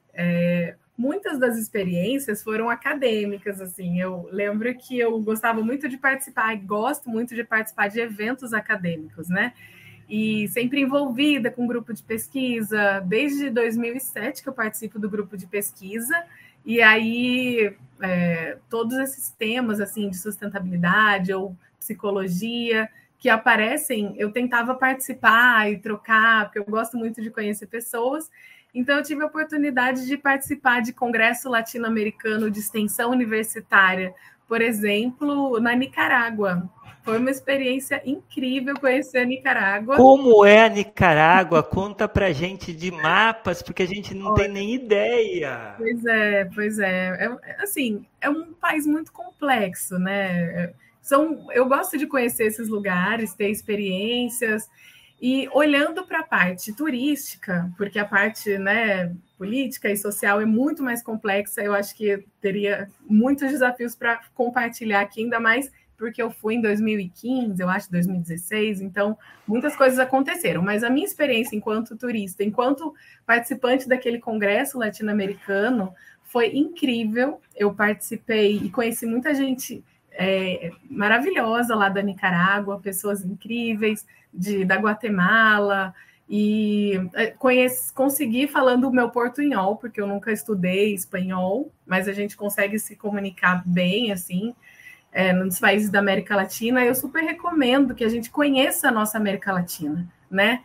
Muitas das experiências foram acadêmicas, assim. Eu lembro que eu gostava muito de participar, e gosto muito de participar de eventos acadêmicos, né? E sempre envolvida com grupo de pesquisa, desde 2007 que eu participo do grupo de pesquisa, e aí todos esses temas assim de sustentabilidade ou psicologia que aparecem, eu tentava participar e trocar, porque eu gosto muito de conhecer pessoas. Então, eu tive a oportunidade de participar de congresso latino-americano de extensão universitária, por exemplo, na Nicarágua. Foi uma experiência incrível conhecer a Nicarágua. Como é a Nicarágua? Conta pra gente de mapas, porque a gente não tem nem ideia. Pois é. Assim, é um país muito complexo, né? Eu gosto de conhecer esses lugares, ter experiências, e olhando para a parte turística, porque a parte, né, política e social é muito mais complexa, eu acho que teria muitos desafios para compartilhar aqui, ainda mais porque eu fui em 2015, eu acho, 2016, então muitas coisas aconteceram, mas a minha experiência enquanto turista, enquanto participante daquele congresso latino-americano, foi incrível. Eu participei e conheci muita gente maravilhosa lá da Nicarágua, pessoas incríveis, da Guatemala, e consegui falando o meu portunhol, porque eu nunca estudei espanhol, mas a gente consegue se comunicar bem, assim, nos países da América Latina. Eu super recomendo que a gente conheça a nossa América Latina, né?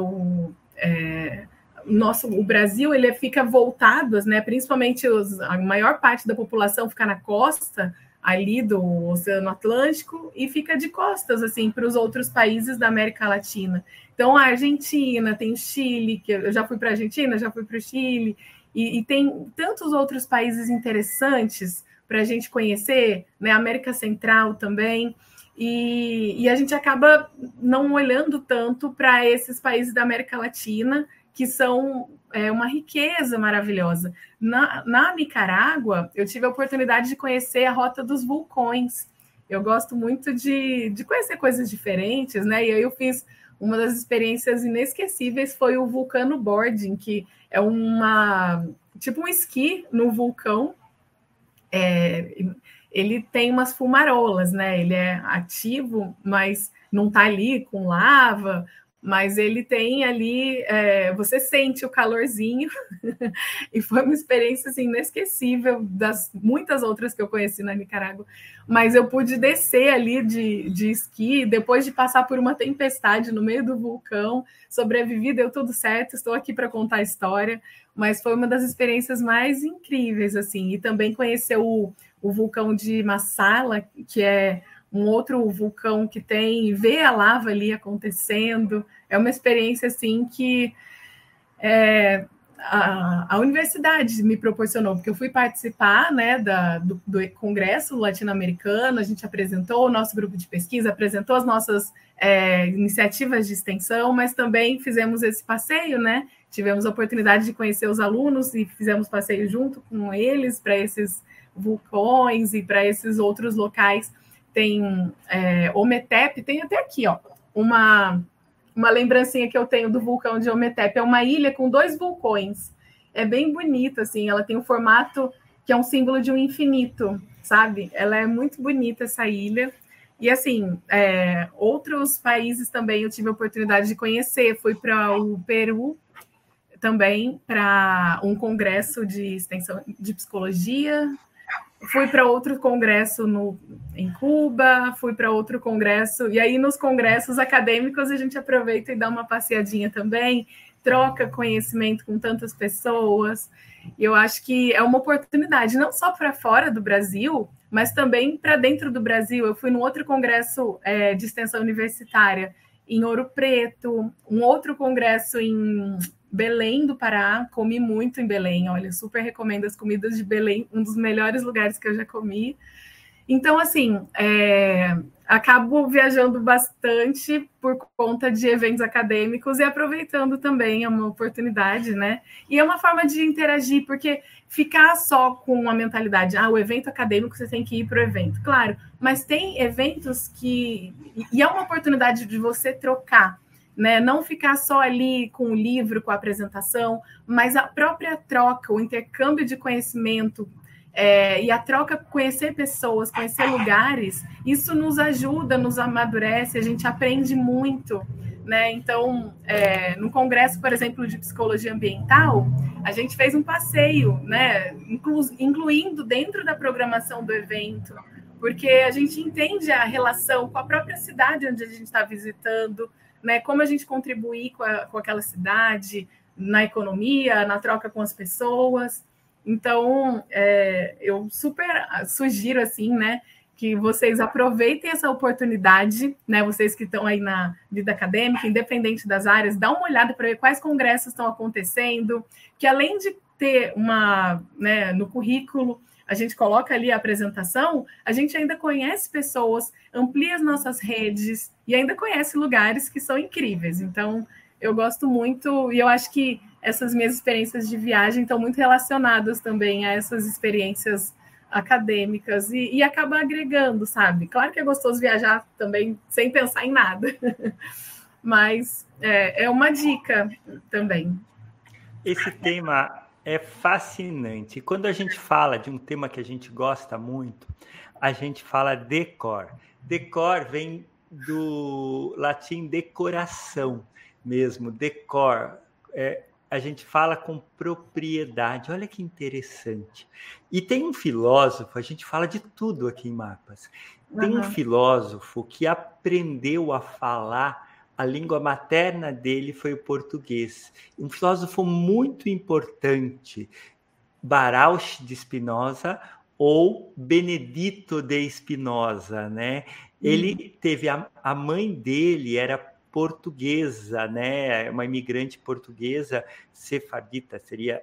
O Brasil, ele fica voltado, né? Principalmente a maior parte da população fica na costa ali do Oceano Atlântico e fica de costas, assim, para os outros países da América Latina. Então, a Argentina, tem o Chile, que eu já fui para a Argentina, já fui para o Chile, e tem tantos outros países interessantes para a gente conhecer, né? A América Central também, e a gente acaba não olhando tanto para esses países da América Latina, que são uma riqueza maravilhosa. Na Nicarágua, eu tive a oportunidade de conhecer a Rota dos Vulcões. Eu gosto muito de conhecer coisas diferentes, né? E aí eu fiz uma das experiências inesquecíveis, foi o vulcano boarding, que é tipo um esqui no vulcão. Ele tem umas fumarolas, né? Ele é ativo, mas não está ali com lava, mas ele tem ali, você sente o calorzinho, e foi uma experiência assim, inesquecível das muitas outras que eu conheci na Nicarágua, mas eu pude descer ali de esqui, depois de passar por uma tempestade no meio do vulcão, sobrevivi, deu tudo certo, estou aqui para contar a história, mas foi uma das experiências mais incríveis, assim, e também conhecer o vulcão de Massala, que é um outro vulcão que tem, ver a lava ali acontecendo, é uma experiência assim que a universidade me proporcionou, porque eu fui participar, né, do Congresso Latino-Americano, a gente apresentou o nosso grupo de pesquisa, apresentou as nossas iniciativas de extensão, mas também fizemos esse passeio, né, tivemos a oportunidade de conhecer os alunos e fizemos passeio junto com eles para esses vulcões e para esses outros locais. Tem Ometepe, tem até aqui, ó, uma lembrancinha que eu tenho do vulcão de Ometepe, é uma ilha com 2 vulcões, é bem bonita, assim, ela tem um formato que é um símbolo de um infinito, sabe? Ela é muito bonita, essa ilha, e assim, outros países também eu tive a oportunidade de conhecer, fui para o Peru, também para um congresso de extensão de psicologia, fui para outro congresso em Cuba, fui para outro congresso, e aí nos congressos acadêmicos a gente aproveita e dá uma passeadinha também, troca conhecimento com tantas pessoas, e eu acho que é uma oportunidade, não só para fora do Brasil, mas também para dentro do Brasil. Eu fui num outro congresso de extensão universitária em Ouro Preto, um outro congresso em Belém do Pará, comi muito em Belém, olha, super recomendo as comidas de Belém, um dos melhores lugares que eu já comi. Então, assim, acabo viajando bastante por conta de eventos acadêmicos e aproveitando também, é uma oportunidade, né? E é uma forma de interagir, porque ficar só com a mentalidade, o evento acadêmico, você tem que ir para o evento, claro, mas tem eventos que... E é uma oportunidade de você trocar, né? Não ficar só ali com o livro, com a apresentação, mas a própria troca, o intercâmbio de conhecimento, e a troca, conhecer pessoas, conhecer lugares, isso nos ajuda, nos amadurece, a gente aprende muito, né? Então, no congresso, por exemplo, de psicologia ambiental, a gente fez um passeio, né? Incluindo dentro da programação do evento, porque a gente entende a relação com a própria cidade onde a gente está visitando, né, como a gente contribuir com aquela cidade, na economia, na troca com as pessoas. Então, eu super sugiro, assim, né, que vocês aproveitem essa oportunidade, né, vocês que estão aí na vida acadêmica, independente das áreas, dá uma olhada para ver quais congressos estão acontecendo, que além de ter né, no currículo, a gente coloca ali a apresentação, a gente ainda conhece pessoas, amplia as nossas redes e ainda conhece lugares que são incríveis. Então, eu gosto muito e eu acho que essas minhas experiências de viagem estão muito relacionadas também a essas experiências acadêmicas e acaba agregando, sabe? Claro que é gostoso viajar também sem pensar em nada, mas é uma dica também. Esse tema é fascinante. Quando a gente fala de um tema que a gente gosta muito, a gente fala decor. Decor vem do latim decoração mesmo, decor. A gente fala com propriedade. Olha que interessante. E tem um filósofo, a gente fala de tudo aqui em Mapas. Tem um filósofo que aprendeu a falar, a língua materna dele foi o português. Um filósofo muito importante, Baruch de Spinoza ou Benedito de Spinoza, né? Ele teve a mãe dele era portuguesa, né? Uma imigrante portuguesa, sefardita, seria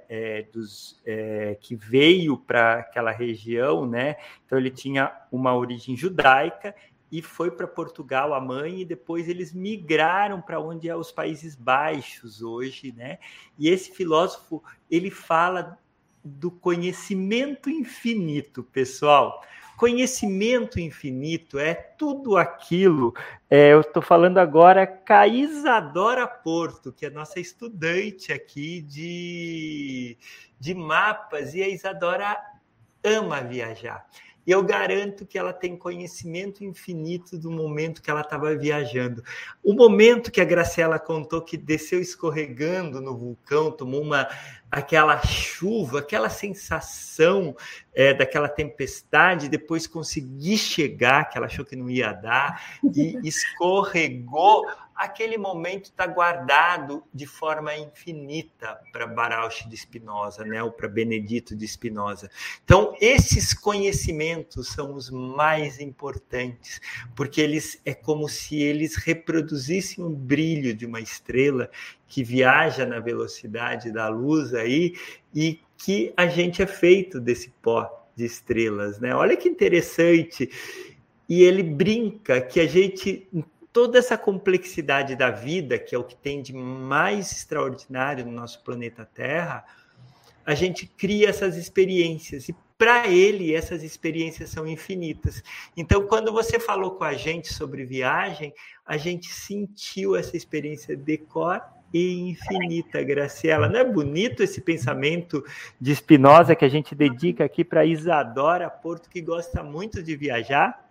que veio para aquela região, né? Então ele tinha uma origem judaica e foi para Portugal a mãe, e depois eles migraram para onde é os Países Baixos hoje, né? E esse filósofo, ele fala do conhecimento infinito, pessoal. Conhecimento infinito é tudo aquilo. Eu estou falando agora com a Isadora Porto, que é nossa estudante aqui de Mapas, e a Isadora ama viajar. E eu garanto que ela tem conhecimento infinito do momento que ela estava viajando. O momento que a Graciela contou que desceu escorregando no vulcão, tomou aquela chuva, aquela sensação daquela tempestade, depois conseguir chegar, que ela achou que não ia dar, e escorregou. Aquele momento está guardado de forma infinita para Bauruch de Spinoza, né? Ou para Benedito de Spinoza. Então, esses conhecimentos são os mais importantes, porque é como se eles reproduzissem o brilho de uma estrela que viaja na velocidade da luz aí, e que a gente é feito desse pó de estrelas, né? Olha que interessante. E ele brinca que a gente, toda essa complexidade da vida, que é o que tem de mais extraordinário no nosso planeta Terra, a gente cria essas experiências, e para ele essas experiências são infinitas. Então, quando você falou com a gente sobre viagem, a gente sentiu essa experiência de cor e infinita, Graciela. Não é bonito esse pensamento de Spinoza que a gente dedica aqui para Isadora Porto, que gosta muito de viajar?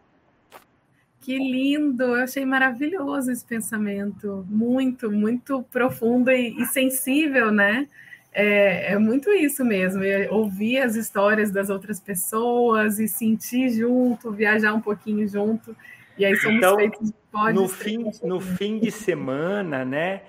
Que lindo! Eu achei maravilhoso esse pensamento. Muito, muito profundo e sensível, né? É muito isso mesmo. Ouvir as histórias das outras pessoas e sentir junto, viajar um pouquinho junto. E aí somos feitos de pó. No fim de semana, né?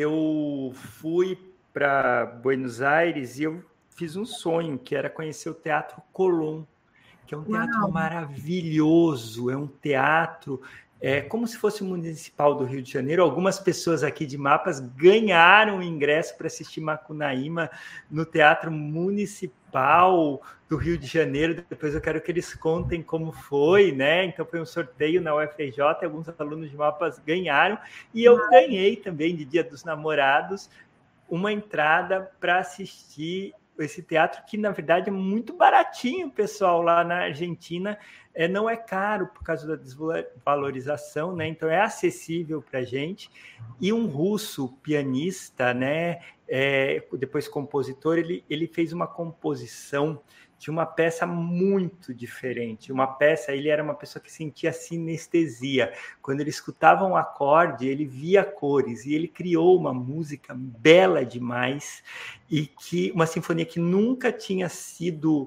Eu fui para Buenos Aires e eu fiz um sonho, que era conhecer o Teatro Colón, que é um teatro maravilhoso, é um teatro como se fosse o Municipal do Rio de Janeiro. Algumas pessoas aqui de Mapas ganharam o ingresso para assistir Macunaíma no Teatro Municipal do Rio de Janeiro. Depois eu quero que eles contem como foi, né? Então foi um sorteio na UFRJ, alguns alunos de Mapas ganharam, e eu ganhei também, de Dia dos Namorados, uma entrada para assistir esse teatro, que na verdade é muito baratinho, pessoal, lá na Argentina. Não é caro por causa da desvalorização, né? Então é acessível para a gente. E um russo pianista, né? Depois compositor, ele fez uma composição de uma peça muito diferente. Ele era uma pessoa que sentia sinestesia. Quando ele escutava um acorde, ele via cores, e ele criou uma música bela demais, e uma sinfonia que nunca tinha sido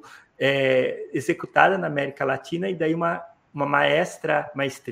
executada na América Latina, e daí uma maestra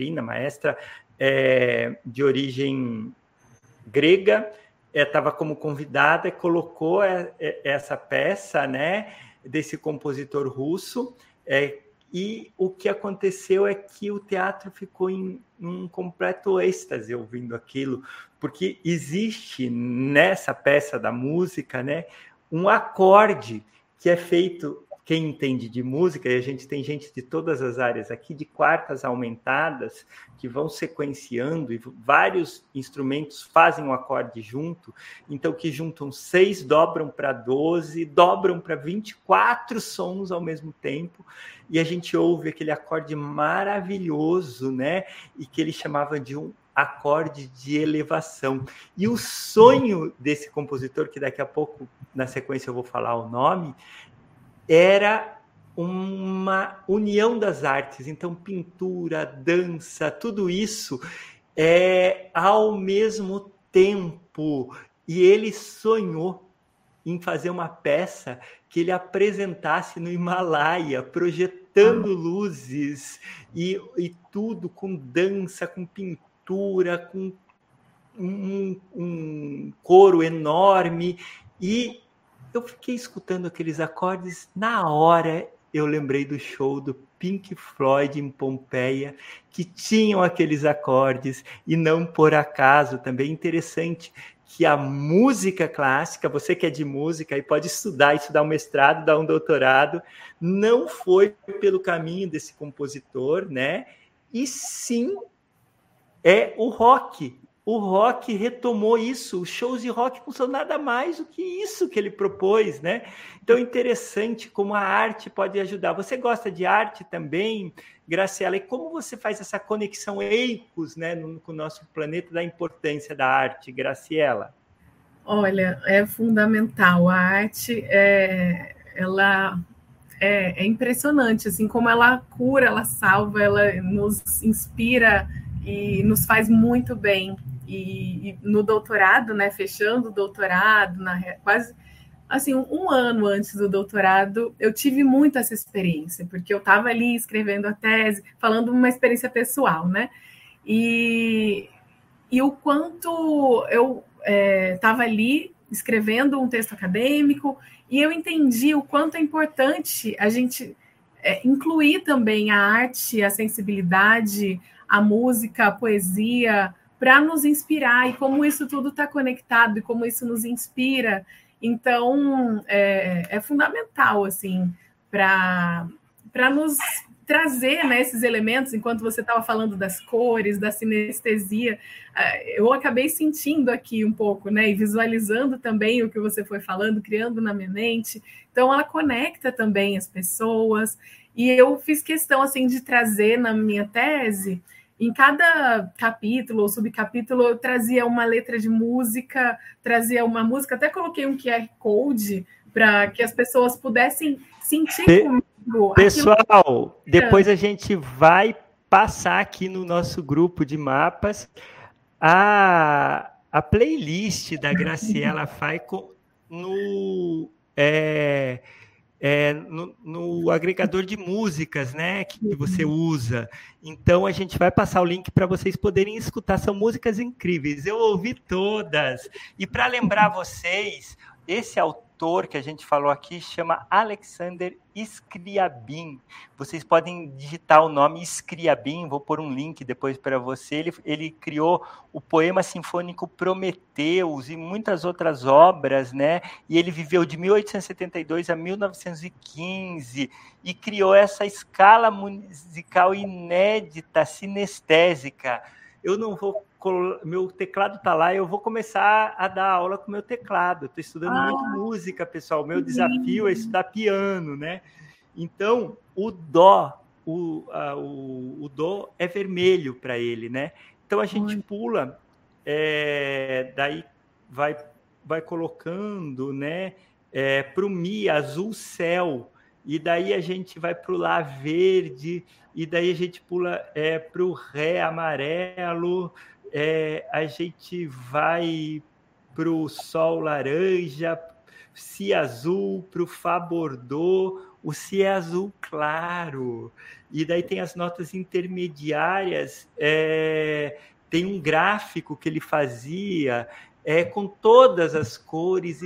de origem grega estava como convidada e colocou essa peça, né, desse compositor russo, e o que aconteceu é que o teatro ficou em um completo êxtase ouvindo aquilo, porque existe nessa peça da música, né, um acorde que é feito, quem entende de música, e a gente tem gente de todas as áreas aqui, de quartas aumentadas, que vão sequenciando, e vários instrumentos fazem um acorde junto, então que juntam 6, dobram para 12, dobram para 24 sons ao mesmo tempo, e a gente ouve aquele acorde maravilhoso, né? E que ele chamava de um acorde de elevação. E o sonho desse compositor, que daqui a pouco, na sequência, eu vou falar o nome, era uma união das artes. Então, pintura, dança, tudo isso ao mesmo tempo. E ele sonhou em fazer uma peça que ele apresentasse no Himalaia, projetando luzes e tudo com dança, com pintura, com um coro enorme. E eu fiquei escutando aqueles acordes, na hora eu lembrei do show do Pink Floyd em Pompeia, que tinham aqueles acordes, e não por acaso. Também interessante que a música clássica, você que é de música e pode estudar um mestrado, dar um doutorado, não foi pelo caminho desse compositor, né? E sim o rock. O rock retomou isso. Os shows de rock não são nada mais do que isso que ele propôs, né? Então, é interessante como a arte pode ajudar. Você gosta de arte também, Graciela? E como você faz essa conexão EICOS, né, com o nosso planeta, da importância da arte, Graciela? Olha, é fundamental. A arte, ela é impressionante, assim, como ela cura, ela salva, ela nos inspira e nos faz muito bem. E no doutorado, né, fechando o doutorado, quase assim, um ano antes do doutorado, eu tive muito essa experiência, porque eu estava ali escrevendo a tese, falando uma experiência pessoal, né? E o quanto eu estava ali escrevendo um texto acadêmico, e eu entendi o quanto é importante a gente incluir também a arte, a sensibilidade, a música, a poesia, para nos inspirar, e como isso tudo está conectado, e como isso nos inspira. Então, é fundamental, assim, para nos trazer, né, esses elementos. Enquanto você estava falando das cores, da sinestesia, eu acabei sentindo aqui um pouco, né, e visualizando também o que você foi falando, criando na minha mente. Então, ela conecta também as pessoas, e eu fiz questão, assim, de trazer na minha tese, em cada capítulo ou subcapítulo, eu trazia uma letra de música, trazia uma música, até coloquei um QR Code para que as pessoas pudessem sentir comigo. Pessoal, depois a gente vai passar aqui no nosso grupo de mapas a playlist da Graciela Faico no agregador de músicas, né, que você usa. Então, a gente vai passar o link para vocês poderem escutar. São músicas incríveis. Eu ouvi todas. E para lembrar vocês, esse autor que a gente falou aqui chama Alexander Scriabin. Vocês podem digitar o nome Scriabin, vou pôr um link depois para você. Ele criou o poema sinfônico Prometeus e muitas outras obras, né? E ele viveu de 1872 a 1915 e criou essa escala musical inédita, sinestésica. Eu não vou... Meu teclado está lá, eu vou começar a dar aula com meu teclado. Eu estou estudando muito música, pessoal. O meu desafio é estudar piano, né? Então, o dó é vermelho para ele, né? Então, a gente pula, daí vai colocando, né? Para o Mi, azul céu. E daí a gente vai para o Lá verde, e daí a gente pula para o Ré amarelo, a gente vai para o Sol laranja, Si azul, para o Fá bordô, o Si é azul claro. E daí tem as notas intermediárias, tem um gráfico que ele fazia com todas as cores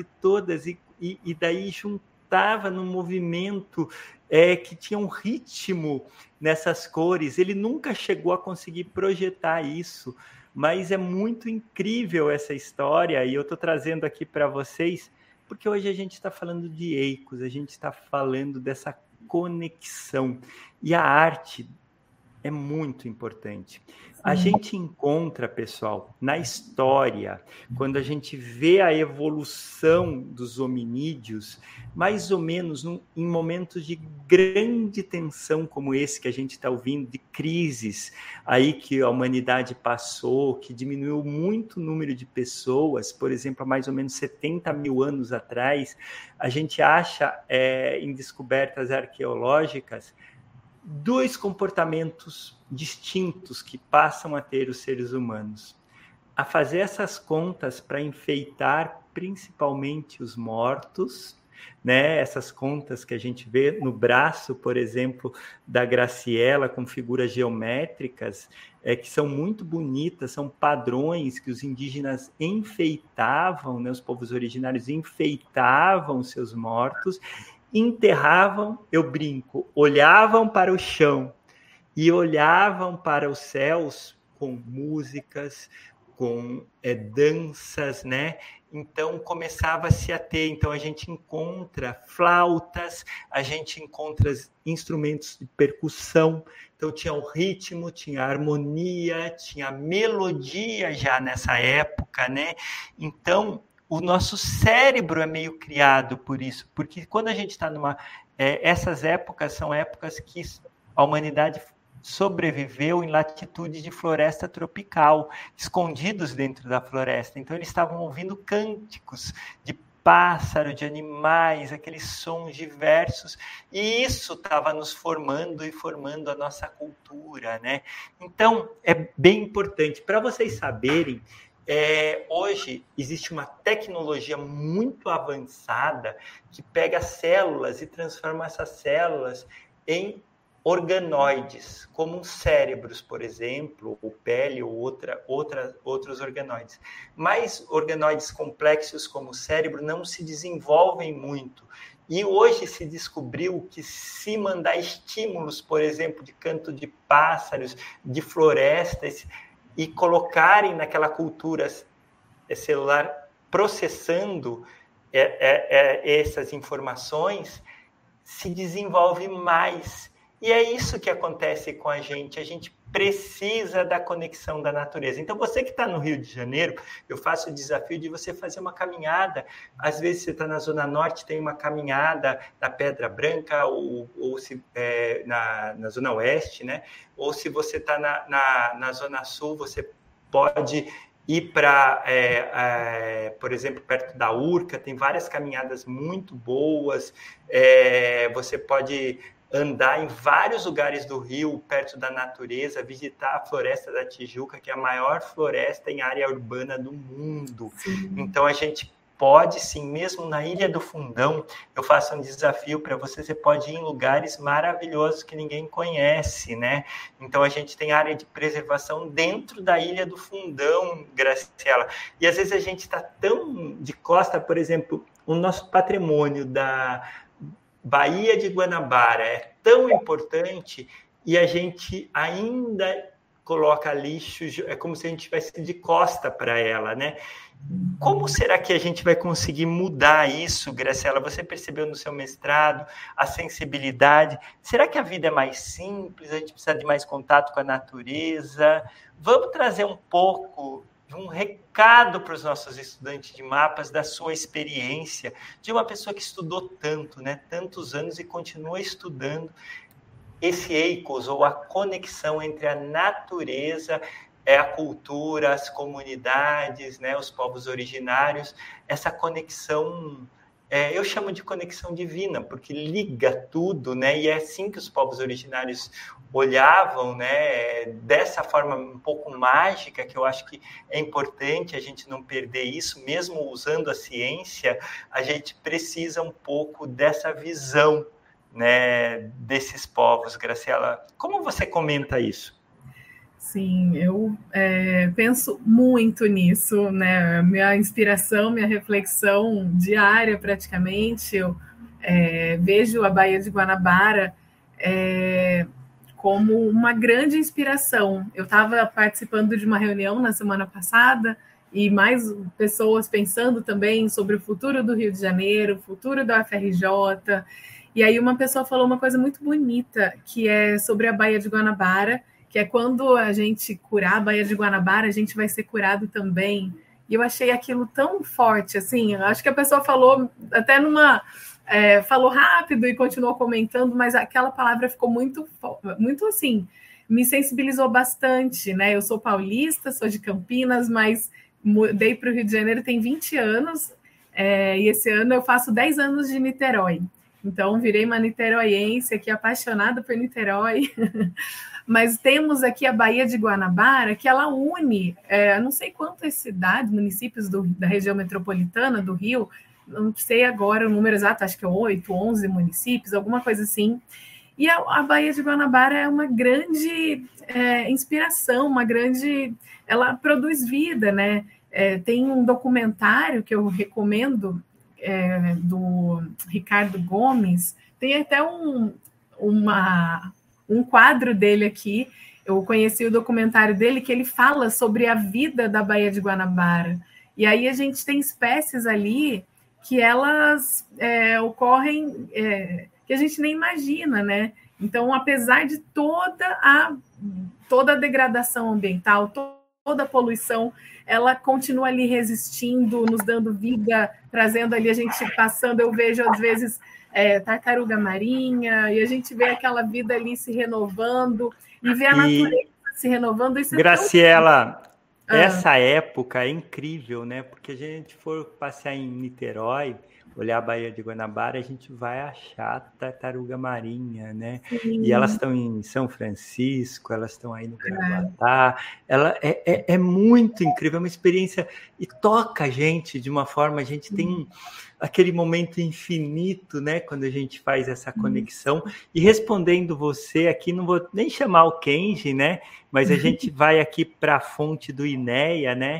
e daí juntava num movimento que tinha um ritmo nessas cores. Ele nunca chegou a conseguir projetar isso, mas é muito incrível essa história, e eu estou trazendo aqui para vocês, porque hoje a gente está falando de eicos, a gente está falando dessa conexão, e a arte é muito importante. A gente encontra, pessoal, na história, quando a gente vê a evolução dos hominídeos, mais ou menos em momentos de grande tensão como esse que a gente está ouvindo, de crises aí que a humanidade passou, que diminuiu muito o número de pessoas, por exemplo, há mais ou menos 70 mil anos atrás, a gente acha em descobertas arqueológicas 2 comportamentos distintos que passam a ter os seres humanos. A fazer essas contas para enfeitar principalmente os mortos, né? Essas contas que a gente vê no braço, por exemplo, da Graciela, com figuras geométricas, que são muito bonitas, são padrões que os indígenas enfeitavam, né? Os povos originários enfeitavam seus mortos, enterravam, eu brinco, olhavam para o chão e olhavam para os céus com músicas, com danças, né? Então começava-se a ter, então a gente encontra flautas, a gente encontra instrumentos de percussão, então tinha o ritmo, tinha a harmonia, tinha a melodia já nessa época, né? Então o nosso cérebro é meio criado por isso, porque quando a gente está essas épocas são épocas que a humanidade sobreviveu em latitude de floresta tropical, escondidos dentro da floresta. Então eles estavam ouvindo cânticos de pássaro, de animais, aqueles sons diversos, e isso estava nos formando e formando a nossa cultura, né? Então, é bem importante. Para vocês saberem, hoje existe uma tecnologia muito avançada que pega células e transforma essas células em organoides, como cérebros, por exemplo, ou pele, ou outros organoides. Mas organoides complexos como o cérebro não se desenvolvem muito. E hoje se descobriu que se mandar estímulos, por exemplo, de canto de pássaros, de florestas, e colocarem naquela cultura celular processando essas informações, se desenvolve mais. E é isso que acontece com a gente precisa da conexão da natureza. Então, você que está no Rio de Janeiro, eu faço o desafio de você fazer uma caminhada. Às vezes você está na Zona Norte, tem uma caminhada na Pedra Branca, ou se, na Zona Oeste, né? Ou se você está na Zona Sul, você pode ir para, por exemplo, perto da Urca, tem várias caminhadas muito boas. Você pode andar em vários lugares do Rio, perto da natureza, visitar a Floresta da Tijuca, que é a maior floresta em área urbana do mundo. Sim. Então, a gente pode, sim, mesmo na Ilha do Fundão, eu faço um desafio para você pode ir em lugares maravilhosos que ninguém conhece, né? Então, a gente tem área de preservação dentro da Ilha do Fundão, Graciela. E, às vezes, a gente está tão de costa, por exemplo, o nosso patrimônio da Baía de Guanabara é tão importante e a gente ainda coloca lixo, é como se a gente estivesse de costa para ela, né? Como será que a gente vai conseguir mudar isso, Graciela? Você percebeu no seu mestrado a sensibilidade? Será que a vida é mais simples? A gente precisa de mais contato com a natureza? Vamos trazer um pouco de um recado para os nossos estudantes de mapas, da sua experiência, de uma pessoa que estudou tanto, né? Tantos anos e continua estudando esse EICOS, ou a conexão entre a natureza, a cultura, as comunidades, né? Os povos originários, essa conexão, eu chamo de conexão divina, porque liga tudo, né? E é assim que os povos originários olhavam, né, dessa forma um pouco mágica, que eu acho que é importante a gente não perder isso, mesmo usando a ciência, a gente precisa um pouco dessa visão, né, desses povos. Graciela, como você comenta isso? Sim, eu penso muito nisso, né? Minha inspiração, minha reflexão diária, praticamente, eu vejo a Baía de Guanabara como uma grande inspiração. Eu estava participando de uma reunião na semana passada e mais pessoas pensando também sobre o futuro do Rio de Janeiro, o futuro da UFRJ, e aí uma pessoa falou uma coisa muito bonita, que é sobre a Baía de Guanabara, que é quando a gente curar a Baía de Guanabara, a gente vai ser curado também. E eu achei aquilo tão forte, assim, eu acho que a pessoa falou até falou rápido e continuou comentando, mas aquela palavra ficou muito assim, me sensibilizou bastante, né? Eu sou paulista, sou de Campinas, mas mudei para o Rio de Janeiro tem 20 anos, e esse ano eu faço 10 anos de Niterói. Então, virei uma niteroiense aqui, apaixonada por Niterói. Mas temos aqui a Baía de Guanabara, que ela une, não sei quantas cidades, municípios da região metropolitana do Rio, não sei agora o número exato, acho que é 8, 11 municípios, alguma coisa assim. E a Baía de Guanabara é uma grande inspiração, ela produz vida, né? Tem um documentário que eu recomendo, do Ricardo Gomes, tem até um quadro dele aqui, eu conheci o documentário dele, que ele fala sobre a vida da Baía de Guanabara. E aí a gente tem espécies ali que elas ocorrem, que a gente nem imagina, né? Então, apesar de toda a degradação ambiental, toda a poluição, ela continua ali resistindo, nos dando vida, trazendo ali a gente passando, eu vejo às vezes tartaruga marinha, e a gente vê aquela vida ali se renovando, e ver a natureza se renovando. Isso Graciela, Essa época é incrível, né? Porque a gente for passear em Niterói, olhar a Baía de Guanabara, a gente vai achar tartaruga marinha, né? E elas estão em São Francisco, elas estão aí no Gravatá. Ela é muito incrível, é uma experiência e toca a gente de uma forma, a gente tem aquele momento infinito, né? Quando a gente faz essa conexão. E respondendo você aqui, não vou nem chamar o Kenji, né? Mas a gente vai aqui para a fonte do INEA, né?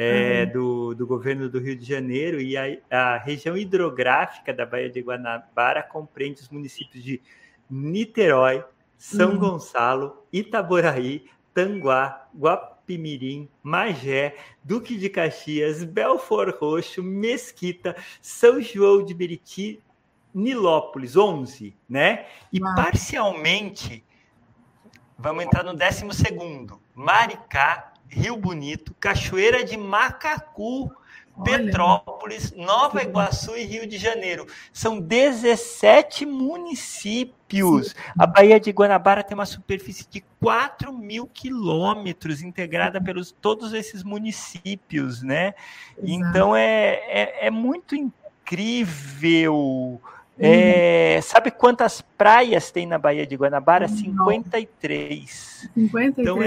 Do governo do Rio de Janeiro, e a região hidrográfica da Baía de Guanabara compreende os municípios de Niterói, São Gonçalo, Itaboraí, Tanguá, Guapimirim, Magé, Duque de Caxias, Belford Roxo, Mesquita, São João de Meriti, Nilópolis, 11, né? E parcialmente, vamos entrar no 12º, Maricá, Rio Bonito, Cachoeira de Macacu, Petrópolis, Nova Iguaçu e Rio de Janeiro. São 17 municípios. A Baía de Guanabara tem uma superfície de 4.000 quilômetros, integrada pelos todos esses municípios, né? Exato. Então, é muito incrível. Sabe quantas praias tem na Baía de Guanabara? 53. 53. Então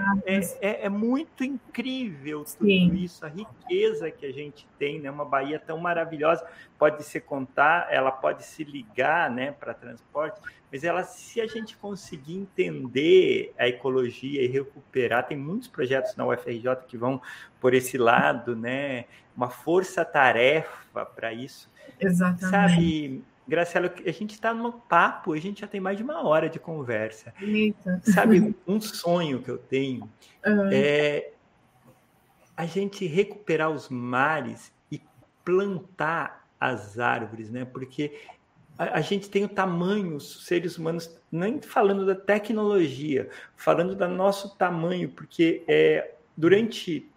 é muito incrível tudo isso, a riqueza que a gente tem, né? Uma Baía tão maravilhosa, ela pode se ligar, né, para transporte, mas se a gente conseguir entender a ecologia e recuperar, tem muitos projetos na UFRJ que vão por esse lado, né? Uma força-tarefa para isso. Exatamente. Sabe, Graciela, a gente está num papo, a gente já tem mais de 1 hora de conversa. Eita. Sabe, um sonho que eu tenho é a gente recuperar os mares e plantar as árvores, né? Porque a gente tem o tamanho, os seres humanos, nem falando da tecnologia, falando do nosso tamanho, porque durante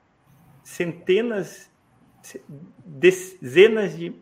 dezenas de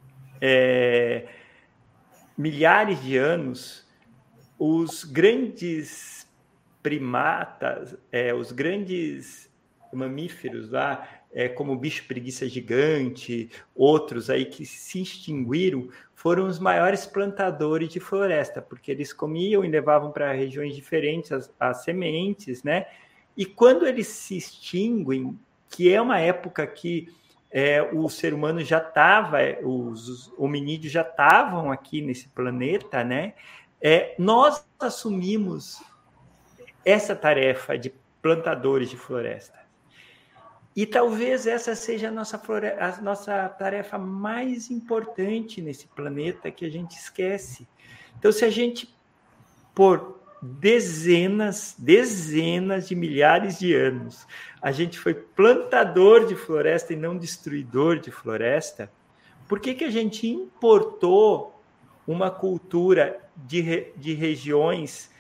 milhares de anos, os grandes primatas, os grandes mamíferos lá, como o bicho preguiça gigante, outros aí que se extinguiram, foram os maiores plantadores de floresta, porque eles comiam e levavam para regiões diferentes as sementes, né? E quando eles se extinguem, que é uma época que o ser humano já estava, os hominídeos já estavam aqui nesse planeta, né? Nós assumimos essa tarefa de plantadores de floresta. E talvez essa seja a nossa tarefa mais importante nesse planeta, que a gente esquece. Então, se a gente, por dezenas de milhares de anos, a gente foi plantador de floresta e não destruidor de floresta, por que a gente importou uma cultura de regiões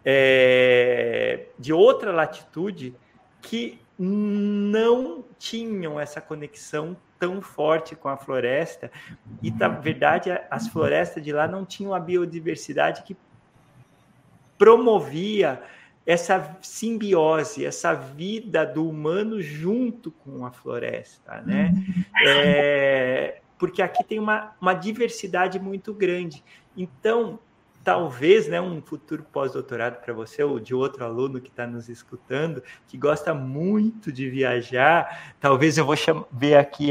de outra latitude que não tinham essa conexão tão forte com a floresta? E, na verdade, as florestas de lá não tinham a biodiversidade que promovia essa simbiose, essa vida do humano junto com a floresta, né? Porque aqui tem uma diversidade muito grande. Então, talvez, né, um futuro pós-doutorado para você, ou de outro aluno que está nos escutando, que gosta muito de viajar, talvez eu vou ver aqui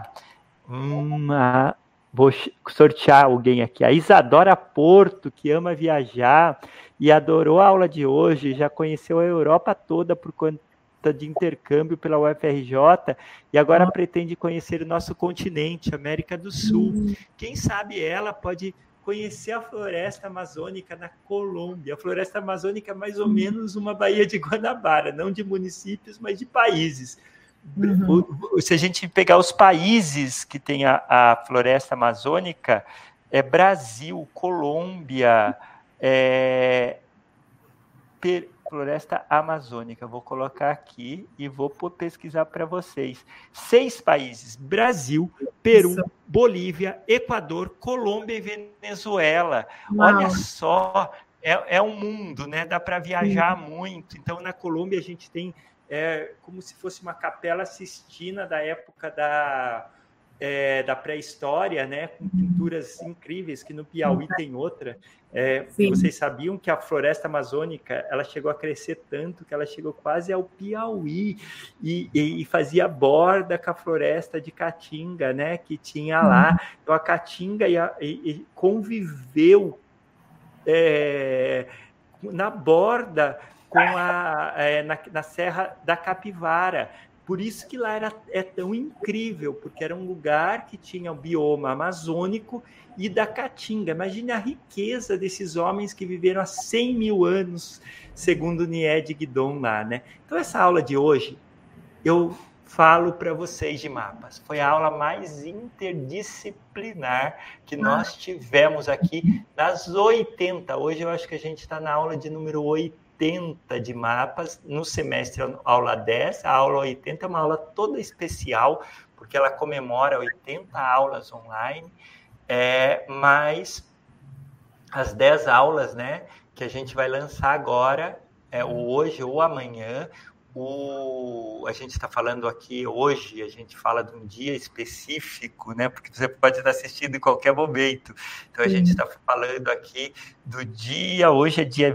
vou sortear alguém aqui, a Isadora Porto, que ama viajar e adorou a aula de hoje, já conheceu a Europa toda por conta de intercâmbio pela UFRJ e agora pretende conhecer o nosso continente, América do Sul. Quem sabe ela pode conhecer a floresta amazônica na Colômbia. A floresta amazônica é mais ou menos uma Baía de Guanabara, não de municípios, mas de países. Se a gente pegar os países que tem a floresta amazônica, Brasil, Colômbia, floresta amazônica. Vou colocar aqui e vou pesquisar para vocês. 6 países: Brasil, Peru, Bolívia, Equador, Colômbia e Venezuela. Olha só, é um mundo, né? Dá para viajar muito. Então, na Colômbia, a gente tem como se fosse uma Capela Sistina da época da pré-história, né, com pinturas incríveis, que no Piauí tem outra. Vocês sabiam que a floresta amazônica ela chegou a crescer tanto que ela chegou quase ao Piauí e fazia borda com a floresta de Caatinga, né, que tinha lá. Então a Caatinga conviveu na borda na Serra da Capivara. Por isso que lá é tão incrível, porque era um lugar que tinha o bioma amazônico e da Caatinga. Imagine a riqueza desses homens que viveram há 100 mil anos, segundo Nied Guidon lá, né? Então, essa aula de hoje, eu falo para vocês de mapas. Foi a aula mais interdisciplinar que nós tivemos aqui nas 80. Hoje eu acho que a gente está na aula de número 80 de mapas, no semestre aula 10, a aula 80 é uma aula toda especial, porque ela comemora 80 aulas online, mas as 10 aulas, né, que a gente vai lançar agora, hoje ou amanhã, a gente está falando aqui hoje, a gente fala de um dia específico, né, porque você pode estar assistindo em qualquer momento, então a gente está falando aqui do dia, hoje é dia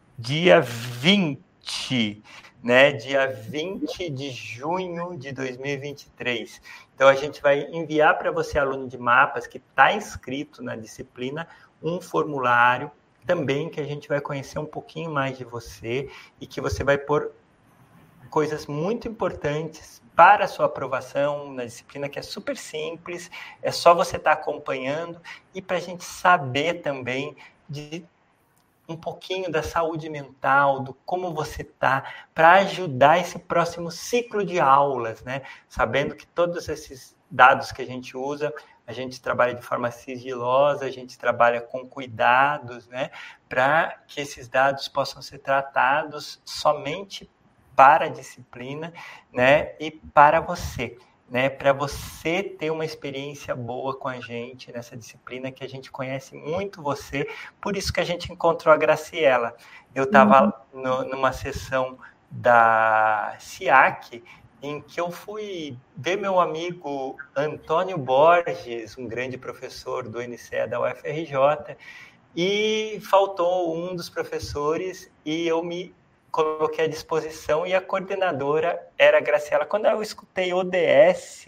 20, né? Dia 20 de junho de 2023. Então, a gente vai enviar para você, aluno de mapas, que está inscrito na disciplina, um formulário também que a gente vai conhecer um pouquinho mais de você e que você vai pôr coisas muito importantes para a sua aprovação na disciplina, que é super simples, é só você estar acompanhando e para a gente saber também de um pouquinho da saúde mental, do como você está, para ajudar esse próximo ciclo de aulas, né? Sabendo que todos esses dados que a gente usa, a gente trabalha de forma sigilosa, a gente trabalha com cuidados, né? Para que esses dados possam ser tratados somente para a disciplina, né? E para você. Né, para você ter uma experiência boa com a gente nessa disciplina, que a gente conhece muito você, por isso que a gente encontrou a Graciela. Eu estava numa sessão da SIAC, em que eu fui ver meu amigo Antônio Borges, um grande professor do NCE da UFRJ, e faltou um dos professores e eu me coloquei à disposição e a coordenadora era a Graciela. Quando eu escutei ODS,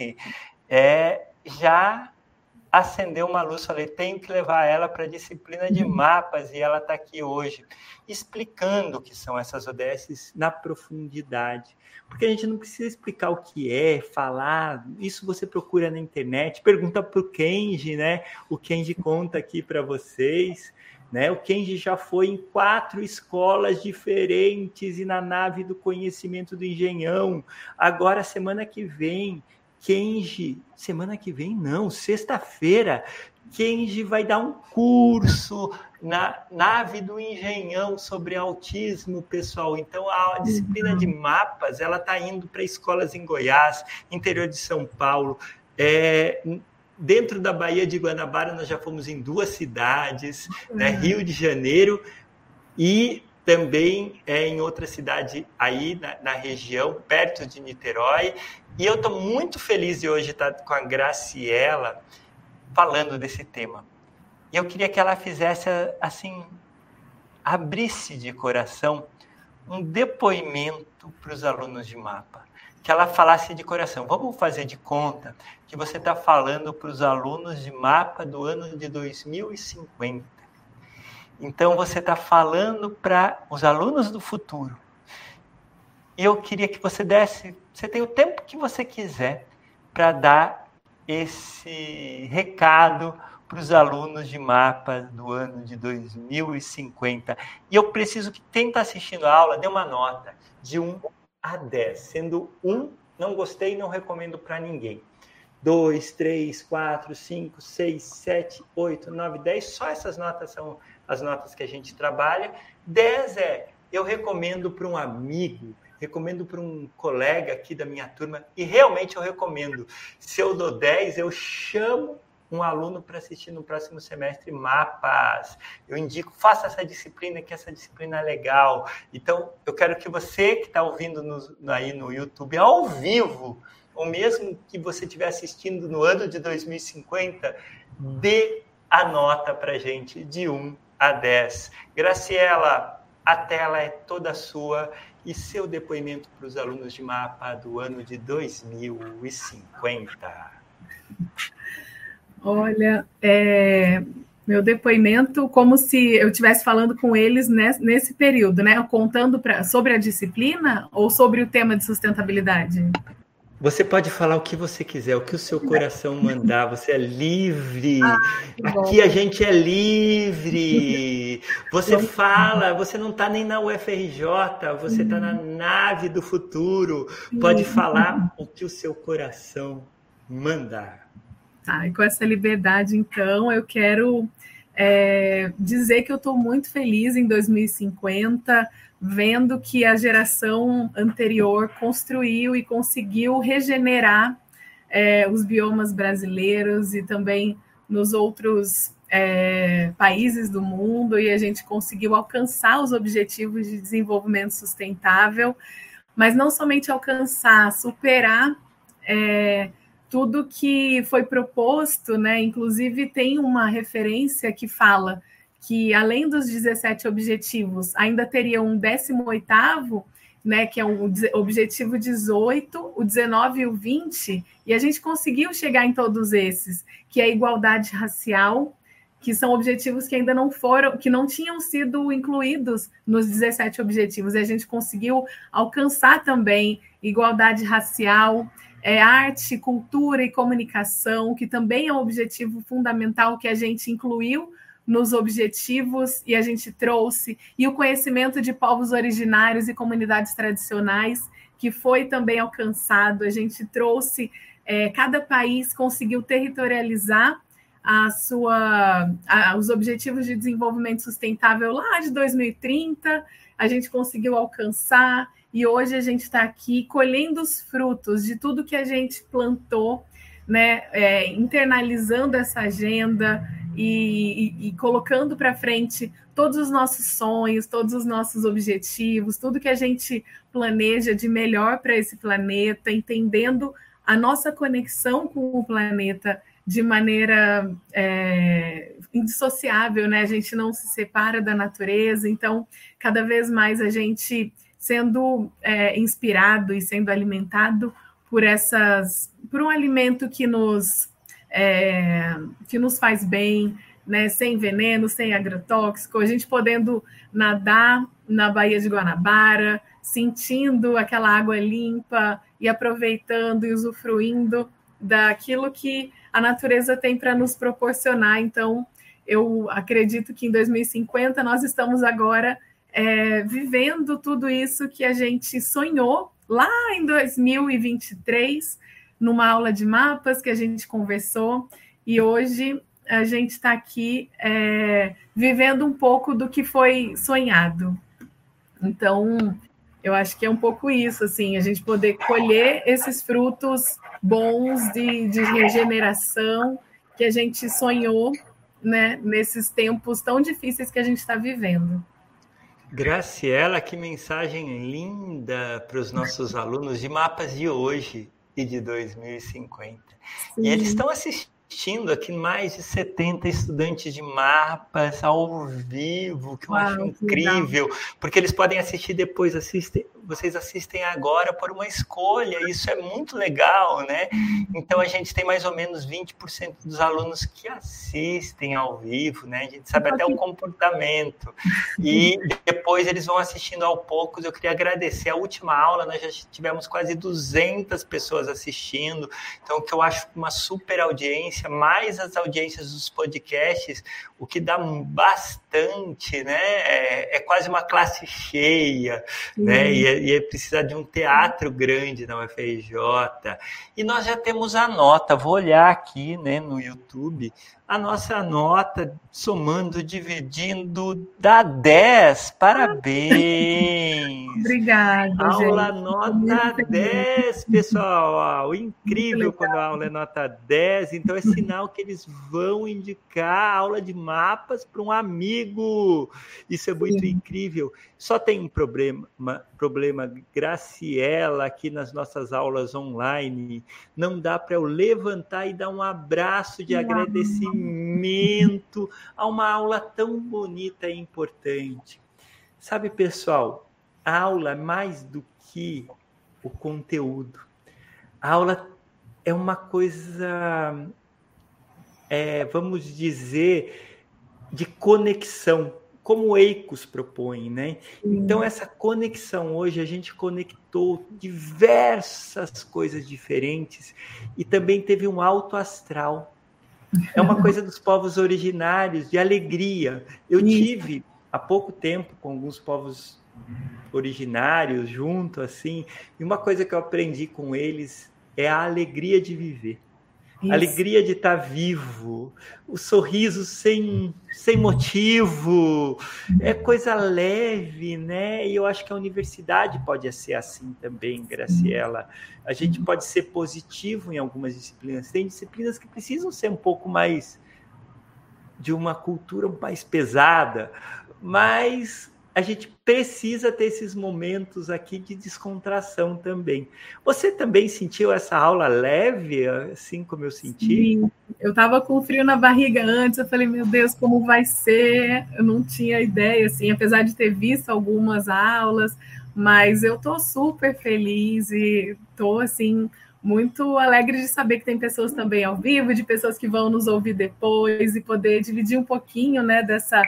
já acendeu uma luz, falei, tenho que levar ela para a disciplina de mapas, e ela está aqui hoje, explicando o que são essas ODS na profundidade. Porque a gente não precisa explicar o que é, falar, isso você procura na internet, pergunta para o Kenji, né? O Kenji conta aqui para vocês. Né? O Kenji já foi em 4 escolas diferentes e na nave do conhecimento do Engenhão. Agora, semana que vem, sexta-feira, Kenji vai dar um curso na nave do Engenhão sobre autismo, pessoal. Então, a disciplina de mapas, ela está indo para escolas em Goiás, interior de São Paulo, dentro da Baía de Guanabara, nós já fomos em 2 cidades, né? Rio de Janeiro e também em outra cidade aí na região, perto de Niterói. E eu estou muito feliz de hoje estar com a Graciela falando desse tema. E eu queria que ela fizesse, assim, abrisse de coração um depoimento para os alunos de mapa. Que ela falasse de coração. Vamos fazer de conta que você está falando para os alunos de mapa do ano de 2050. Então, você está falando para os alunos do futuro. E eu queria que você você tem o tempo que você quiser para dar esse recado para os alunos de mapa do ano de 2050. E eu preciso que quem está assistindo a aula dê uma nota de 1 a 10, sendo 1, não gostei, não recomendo para ninguém. 2, 3, 4, 5, 6, 7, 8, 9, 10, só essas notas são as notas que a gente trabalha. 10 eu recomendo para um amigo, recomendo para um colega aqui da minha turma, e realmente eu recomendo. Se eu dou 10, eu chamo um aluno para assistir no próximo semestre mapas. Eu indico, faça essa disciplina, que essa disciplina é legal. Então, eu quero que você que está ouvindo aí no YouTube ao vivo, ou mesmo que você estiver assistindo no ano de 2050, dê a nota para a gente de 1 a 10. Graciela, a tela é toda sua e seu depoimento para os alunos de mapa do ano de 2050. Olha, meu depoimento como se eu estivesse falando com eles nesse período, né? Contando sobre a disciplina ou sobre o tema de sustentabilidade? Você pode falar o que você quiser, o que o seu coração mandar, você é livre. Aqui a gente é livre. Você fala, você não está nem na UFRJ, você está na nave do futuro. Pode falar o que o seu coração mandar. Tá, e com essa liberdade, então, eu quero dizer que eu estou muito feliz em 2050, vendo que a geração anterior construiu e conseguiu regenerar os biomas brasileiros e também nos outros países do mundo, e a gente conseguiu alcançar os objetivos de desenvolvimento sustentável, mas não somente alcançar, superar tudo que foi proposto, né? Inclusive tem uma referência que fala que, além dos 17 objetivos, ainda teria um 18º, né, que é o objetivo 18, o 19 e o 20, e a gente conseguiu chegar em todos esses, que é a igualdade racial, que são objetivos que ainda não foram, que não tinham sido incluídos nos 17 objetivos, e a gente conseguiu alcançar também igualdade racial, arte, cultura e comunicação, que também é um objetivo fundamental que a gente incluiu nos objetivos e a gente trouxe, e o conhecimento de povos originários e comunidades tradicionais, que foi também alcançado. A gente trouxe, cada país conseguiu territorializar os objetivos de desenvolvimento sustentável lá de 2030, a gente conseguiu alcançar, e hoje a gente está aqui colhendo os frutos de tudo que a gente plantou, né, internalizando essa agenda e colocando para frente todos os nossos sonhos, todos os nossos objetivos, tudo que a gente planeja de melhor para esse planeta, entendendo a nossa conexão com o planeta de maneira indissociável, né? A gente não se separa da natureza, então cada vez mais a gente sendo inspirado e sendo alimentado por um alimento que nos faz bem, né? Sem veneno, sem agrotóxico, a gente podendo nadar na Baía de Guanabara, sentindo aquela água limpa e aproveitando e usufruindo daquilo que a natureza tem para nos proporcionar. Então, eu acredito que em 2050 nós estamos agora vivendo tudo isso que a gente sonhou lá em 2023, numa aula de mapas que a gente conversou, e hoje a gente está aqui vivendo um pouco do que foi sonhado. Então, eu acho que é um pouco isso, assim, a gente poder colher esses frutos bons de regeneração que a gente sonhou, né, nesses tempos tão difíceis que a gente está vivendo. Graciela, que mensagem linda para os nossos alunos de mapas de hoje e de 2050. Sim. E eles estão assistindo aqui mais de 70 estudantes de mapas ao vivo, que eu acho incrível, porque eles podem assistir depois, vocês assistem agora por uma escolha, isso é muito legal, né? Então a gente tem mais ou menos 20% dos alunos que assistem ao vivo, né? A gente sabe até o comportamento, e depois eles vão assistindo aos poucos. Eu queria agradecer a última aula, nós já tivemos quase 200 pessoas assistindo, então o que eu acho uma super audiência, mais as audiências dos podcasts, o que dá bastante bastante, né? É quase uma classe cheia, né? E precisa de um teatro grande na UFRJ. E nós já temos a nota, vou olhar aqui, né, no YouTube, a nossa nota somando, dividindo, dá 10. Parabéns! Obrigada, Aula gente. nota 10, pessoal. Incrível quando a aula é nota 10. Então é sinal que eles vão indicar a aula de mapas para um amigo. Isso é muito incrível. Só tem um problema, Graciela, aqui nas nossas aulas online. Não dá para eu levantar e dar um abraço de agradecimento a uma aula tão bonita e importante. Sabe, pessoal, a aula, mais do que o conteúdo, a aula é uma coisa, vamos dizer, de conexão, como o EICOS propõe, né? Então, essa conexão, hoje a gente conectou diversas coisas diferentes e também teve um alto astral. É uma coisa dos povos originários, de alegria. Eu tive, há pouco tempo, com alguns povos originários junto, assim, e uma coisa que eu aprendi com eles é a alegria de viver. A alegria de estar vivo, o sorriso sem motivo, é coisa leve, né? E eu acho que a universidade pode ser assim também, Graciela. A gente pode ser positivo em algumas disciplinas. Tem disciplinas que precisam ser um pouco mais de uma cultura mais pesada, mas a gente precisa ter esses momentos aqui de descontração também. Você também sentiu essa aula leve, assim como eu senti? Sim, eu estava com frio na barriga antes, eu falei, meu Deus, como vai ser? Eu não tinha ideia, assim, apesar de ter visto algumas aulas, mas eu estou super feliz e estou, assim, muito alegre de saber que tem pessoas também ao vivo, de pessoas que vão nos ouvir depois e poder dividir um pouquinho, né,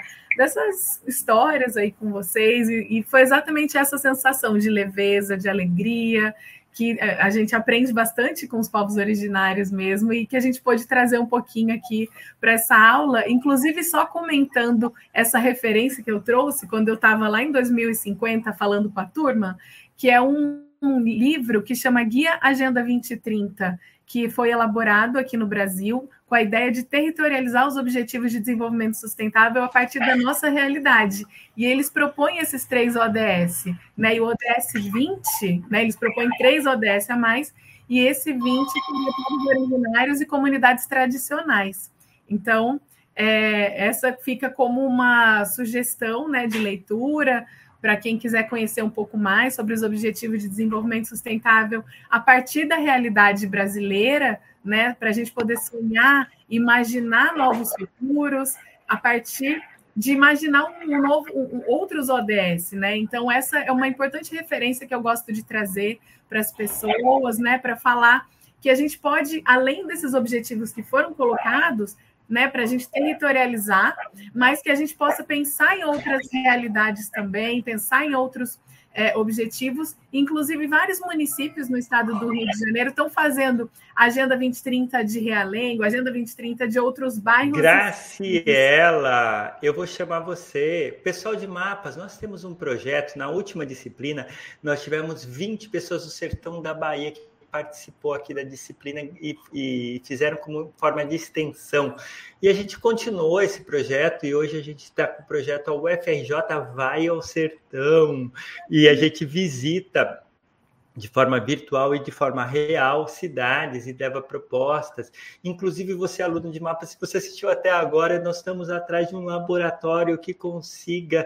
dessas histórias aí com vocês, e foi exatamente essa sensação de leveza, de alegria, que a gente aprende bastante com os povos originários mesmo, e que a gente pôde trazer um pouquinho aqui para essa aula, inclusive só comentando essa referência que eu trouxe, quando eu estava lá em 2050 falando com a turma, que é um livro que chama Guia Agenda 2030, que foi elaborado aqui no Brasil com a ideia de territorializar os Objetivos de Desenvolvimento Sustentável a partir da nossa realidade. E eles propõem esses 3 ODS, né? E o ODS 20, né? Eles propõem 3 ODS a mais, e esse 20 seria povos originários e comunidades tradicionais. Então, essa fica como uma sugestão, né, de leitura para quem quiser conhecer um pouco mais sobre os Objetivos de Desenvolvimento Sustentável a partir da realidade brasileira, né, para a gente poder sonhar, imaginar novos futuros, a partir de imaginar outros ODS, né? Então, essa é uma importante referência que eu gosto de trazer para as pessoas, né, para falar que a gente pode, além desses objetivos que foram colocados, né, para a gente territorializar, mas que a gente possa pensar em outras realidades também, pensar em outros objetivos. Inclusive, vários municípios no estado do Rio de Janeiro estão fazendo a Agenda 2030 de Realengo, a Agenda 2030 de outros bairros. Graciela, eu vou chamar você. Pessoal de mapas, nós temos um projeto, na última disciplina, nós tivemos 20 pessoas do sertão da Bahia que participou aqui da disciplina e fizeram como forma de extensão. E a gente continuou esse projeto e hoje a gente está com o projeto a UFRJ Vai ao Sertão e a gente visita de forma virtual e de forma real cidades e leva propostas. Inclusive, você, aluno de mapa, se você assistiu até agora, nós estamos atrás de um laboratório que consiga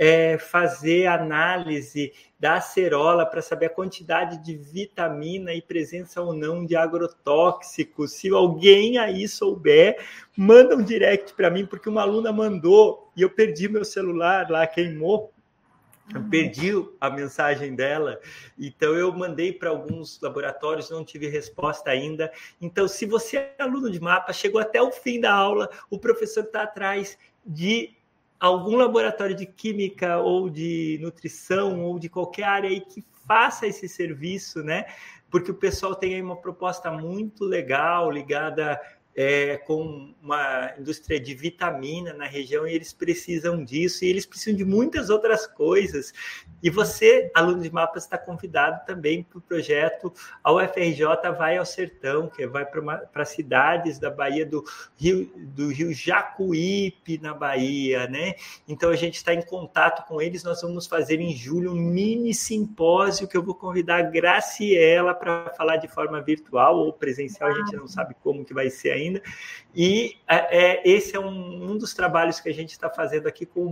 fazer análise da acerola para saber a quantidade de vitamina e presença ou não de agrotóxicos. Se alguém aí souber, manda um direct para mim, porque uma aluna mandou e eu perdi meu celular lá, queimou. Eu perdi a mensagem dela, então eu mandei para alguns laboratórios, não tive resposta ainda. Então, se você é aluno de mapa, chegou até o fim da aula, o professor está atrás de algum laboratório de química ou de nutrição ou de qualquer área aí que faça esse serviço, né? Porque o pessoal tem aí uma proposta muito legal ligada com uma indústria de vitamina na região, e eles precisam disso, e eles precisam de muitas outras coisas. E você, aluno de mapas, está convidado também para o projeto A UFRJ Vai ao Sertão, que vai para cidades da Bahia, do Rio Jacuípe, na Bahia, né? Então, a gente está em contato com eles. Nós vamos fazer em julho um mini simpósio que eu vou convidar a Graciela para falar de forma virtual ou presencial, a gente não sabe como que vai ser ainda. E esse é um dos trabalhos que a gente está fazendo aqui com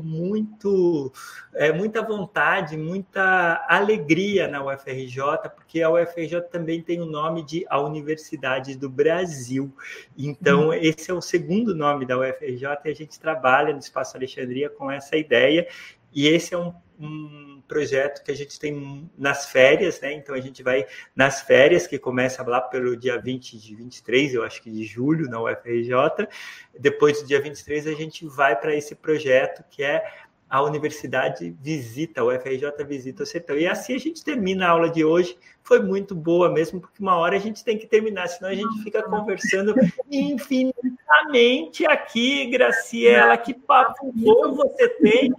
muita vontade, muita alegria na UFRJ, porque a UFRJ também tem o nome de a Universidade do Brasil. Então, esse é o segundo nome da UFRJ e a gente trabalha no Espaço Alexandria com essa ideia. E esse é um projeto que a gente tem nas férias, né? Então, a gente vai nas férias, que começa lá pelo dia 23, eu acho que de julho, na UFRJ. Depois do dia 23, a gente vai para esse projeto que é a Universidade Visita, a UFRJ Visita o Sertão. E assim a gente termina a aula de hoje. Foi muito boa mesmo, porque uma hora a gente tem que terminar, senão a gente fica conversando infinitamente aqui, Graciela. Que papo bom você tem!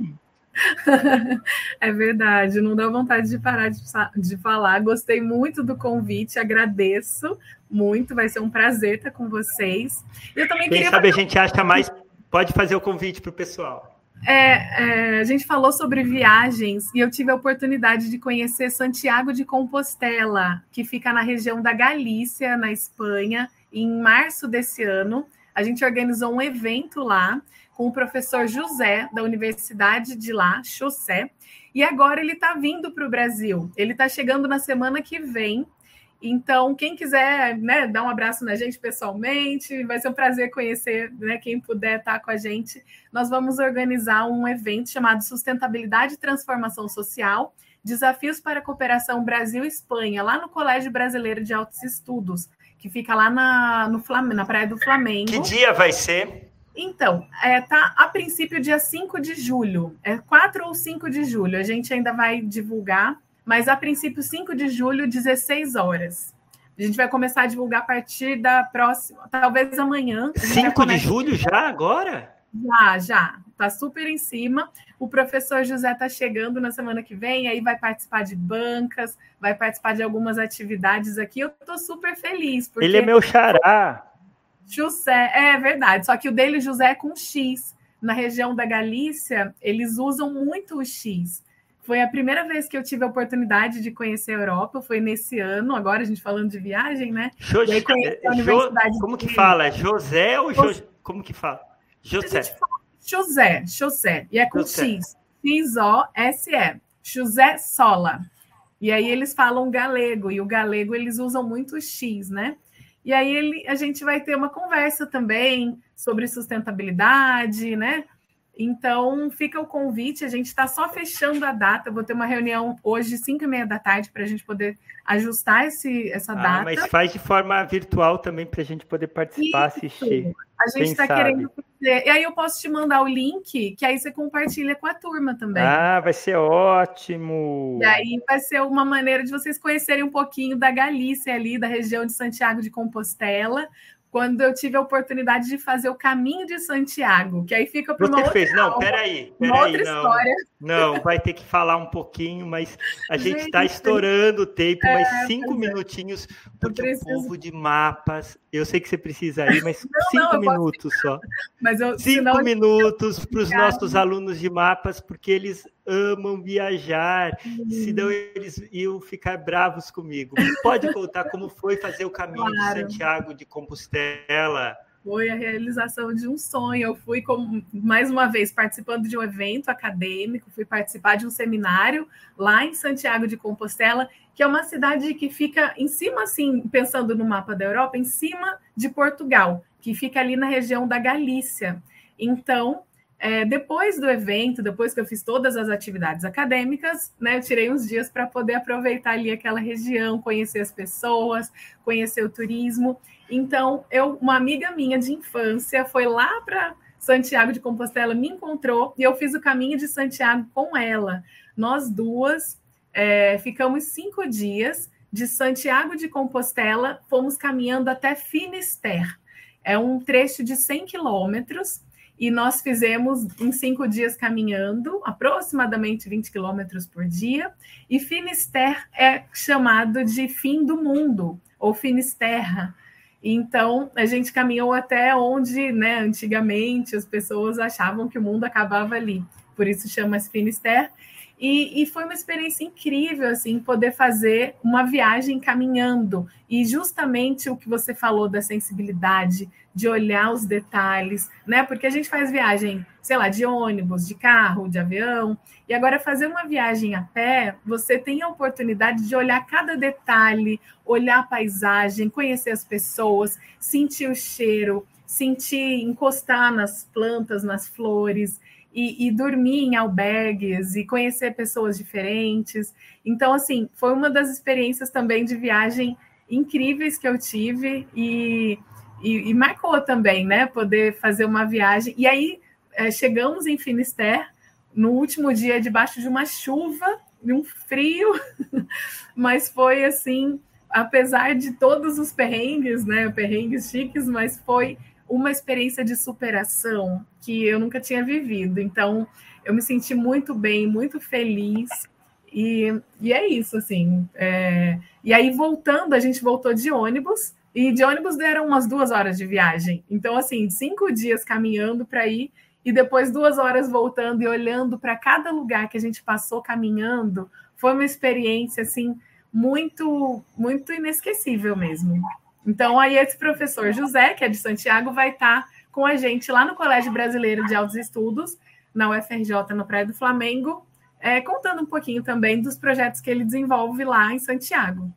É verdade, não dá vontade de parar de falar. Gostei muito do convite, agradeço muito, vai ser um prazer estar com vocês. Eu também Quem sabe a gente acha mais, pode fazer o convite para o pessoal. A gente falou sobre viagens e eu tive a oportunidade de conhecer Santiago de Compostela, que fica na região da Galícia, na Espanha, em março desse ano. A gente organizou um evento lá com o professor José, da Universidade de lá, José, e agora ele está vindo para o Brasil. Ele está chegando na semana que vem. Então, quem quiser, né, dar um abraço na gente pessoalmente, vai ser um prazer conhecer, né, quem puder estar com a gente. Nós vamos organizar um evento chamado Sustentabilidade e Transformação Social, Desafios para a Cooperação Brasil-Espanha, lá no Colégio Brasileiro de Altos Estudos, que fica lá na Praia do Flamengo. Que dia vai ser? Então, tá a princípio dia 5 de julho, 4 ou 5 de julho, a gente ainda vai divulgar, mas a princípio 5 de julho, 16 horas. A gente vai começar a divulgar a partir da próxima, talvez amanhã. 5 de julho já, agora? Já, tá super em cima. O professor José tá chegando na semana que vem, aí vai participar de bancas, vai participar de algumas atividades aqui, eu tô super feliz. Porque... Ele é meu xará. José, é verdade, só que o dele, José, é com X. Na região da Galícia, eles usam muito o X. Foi a primeira vez que eu tive a oportunidade de conhecer a Europa, foi nesse ano, agora a gente falando de viagem, né? E aí conheci a universidade como que fala? José ou como que fala? José. José. E é com X. X-O-S-E. José Sola. E aí eles falam galego, e o galego eles usam muito o X, né? E aí a gente vai ter uma conversa também sobre sustentabilidade, né? Então, fica o convite, a gente está só fechando a data, eu vou ter uma reunião hoje, 5h30 da tarde, para a gente poder ajustar essa data. Mas faz de forma virtual também, para a gente poder participar, assistir. A gente está querendo fazer. E aí eu posso te mandar o link, que aí você compartilha com a turma também. Vai ser ótimo! E aí vai ser uma maneira de vocês conhecerem um pouquinho da Galícia ali, da região de Santiago de Compostela, quando eu tive a oportunidade de fazer o Caminho de Santiago, que aí fica para uma outra Não, peraí, história. Não, vai ter que falar um pouquinho, mas a gente está estourando o tempo, mais 5 minutinhos, porque o povo de mapas, eu sei que você precisa ir, mas 5 minutos só. 5 minutos para os nossos alunos de mapas, porque eles amam viajar, senão eles iam ficar bravos comigo. Pode contar como foi fazer o Caminho de Santiago de Compostela? Foi a realização de um sonho. Eu fui, mais uma vez, participando de um evento acadêmico, fui participar de um seminário lá em Santiago de Compostela, que é uma cidade que fica em cima, assim, pensando no mapa da Europa, em cima de Portugal, que fica ali na região da Galícia. Então, depois do evento, depois que eu fiz todas as atividades acadêmicas, né, eu tirei uns dias para poder aproveitar ali aquela região, conhecer as pessoas, conhecer o turismo. Então, uma amiga minha de infância foi lá para Santiago de Compostela, me encontrou e eu fiz o Caminho de Santiago com ela. Nós duas ficamos 5 dias de Santiago de Compostela, fomos caminhando até Finisterre. É um trecho de 100 quilômetros e nós fizemos em 5 dias caminhando, aproximadamente 20 quilômetros por dia. E Finisterre é chamado de fim do mundo, ou Finisterra. Então, a gente caminhou até onde, né, antigamente as pessoas achavam que o mundo acabava ali. Por isso chama-se Finisterre. E foi uma experiência incrível, assim, poder fazer uma viagem caminhando. E justamente o que você falou da sensibilidade, de olhar os detalhes, né? Porque a gente faz viagem, sei lá, de ônibus, de carro, de avião. E agora fazer uma viagem a pé, você tem a oportunidade de olhar cada detalhe, olhar a paisagem, conhecer as pessoas, sentir o cheiro, sentir, encostar nas plantas, nas flores. E dormir em albergues e conhecer pessoas diferentes. Então, assim, foi uma das experiências também de viagem incríveis que eu tive e marcou também, né? Poder fazer uma viagem. E aí, chegamos em Finisterre no último dia, debaixo de uma chuva, de um frio, mas foi assim, apesar de todos os perrengues, né? Perrengues chiques, mas foi uma experiência de superação que eu nunca tinha vivido. Então, eu me senti muito bem, muito feliz. E é isso, assim. E aí, voltando, a gente voltou de ônibus, e de ônibus deram umas 2 horas de viagem. Então, assim, 5 dias caminhando para ir, e depois 2 horas voltando e olhando para cada lugar que a gente passou caminhando, foi uma experiência, assim, muito, muito inesquecível mesmo. Então, aí esse professor José, que é de Santiago, vai estar com a gente lá no Colégio Brasileiro de Altos Estudos, na UFRJ, no Praia do Flamengo, contando um pouquinho também dos projetos que ele desenvolve lá em Santiago.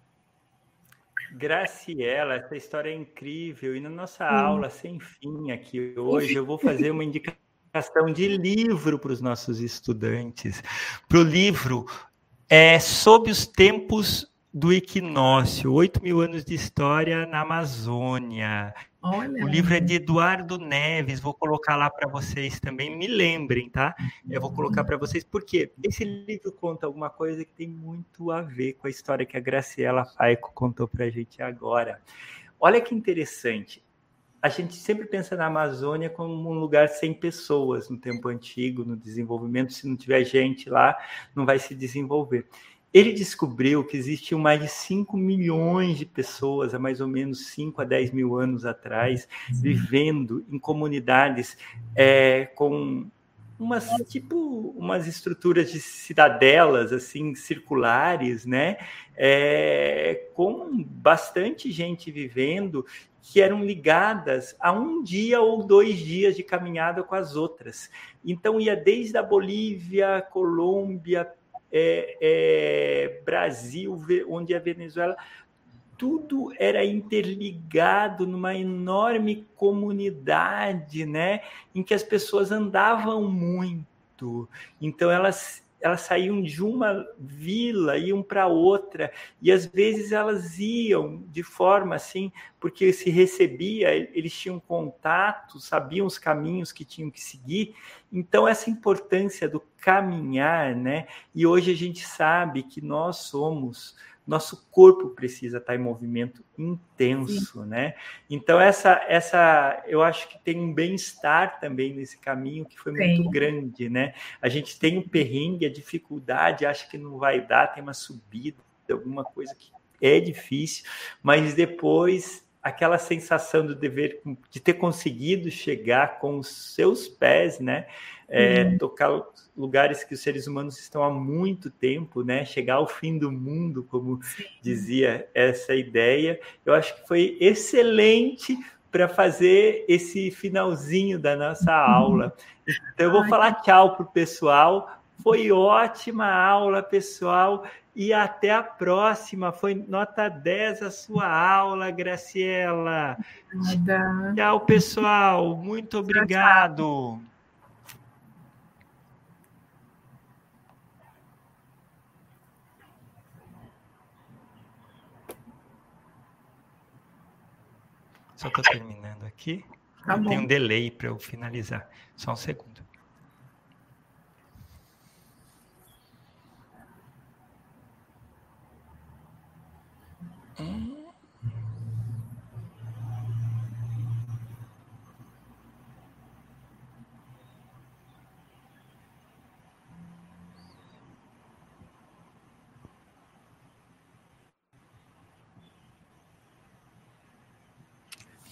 Graciela, essa história é incrível. E na nossa aula sem fim aqui hoje, eu vou fazer uma indicação de livro para os nossos estudantes. Para o livro Sob os Tempos do Equinócio, 8.000 anos de história na Amazônia. Olha. O livro é de Eduardo Neves, vou colocar lá para vocês também, me lembrem, tá? Eu vou colocar para vocês, porque esse livro conta alguma coisa que tem muito a ver com a história que a Graciela Faico contou para a gente agora. Olha que interessante, a gente sempre pensa na Amazônia como um lugar sem pessoas no tempo antigo, no desenvolvimento, se não tiver gente lá, não vai se desenvolver. Ele descobriu que existiam mais de 5 milhões de pessoas, há mais ou menos 5 a 10 mil anos atrás, vivendo em comunidades com umas estruturas de cidadelas assim circulares, né? Com bastante gente vivendo, que eram ligadas a 1 dia ou 2 dias de caminhada com as outras. Então ia desde a Bolívia, Colômbia, Brasil, onde a Venezuela, tudo era interligado numa enorme comunidade, né, em que as pessoas andavam muito. Então elas saíam de uma vila, iam para outra, e às vezes elas iam de forma assim, porque se recebia, eles tinham contato, sabiam os caminhos que tinham que seguir. Então essa importância do caminhar, né? E hoje a gente sabe que nosso corpo precisa estar em movimento intenso, né? Então eu acho que tem um bem-estar também nesse caminho que foi muito grande, né? A gente tem um perrengue, a dificuldade, acha que não vai dar, tem uma subida, alguma coisa que é difícil, mas depois aquela sensação do dever, de ter conseguido chegar com os seus pés, né? Tocar lugares que os seres humanos estão há muito tempo, né? Chegar ao fim do mundo, como dizia essa ideia. Eu acho que foi excelente para fazer esse finalzinho da nossa aula. Então, eu vou falar tchau para o pessoal. Foi ótima aula, pessoal. E até a próxima. Foi nota 10 a sua aula, Graciela. Tchau, pessoal. Muito obrigado. Tchau. Só estou terminando aqui. Tem um delay para eu finalizar. Só um segundo.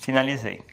finalizei.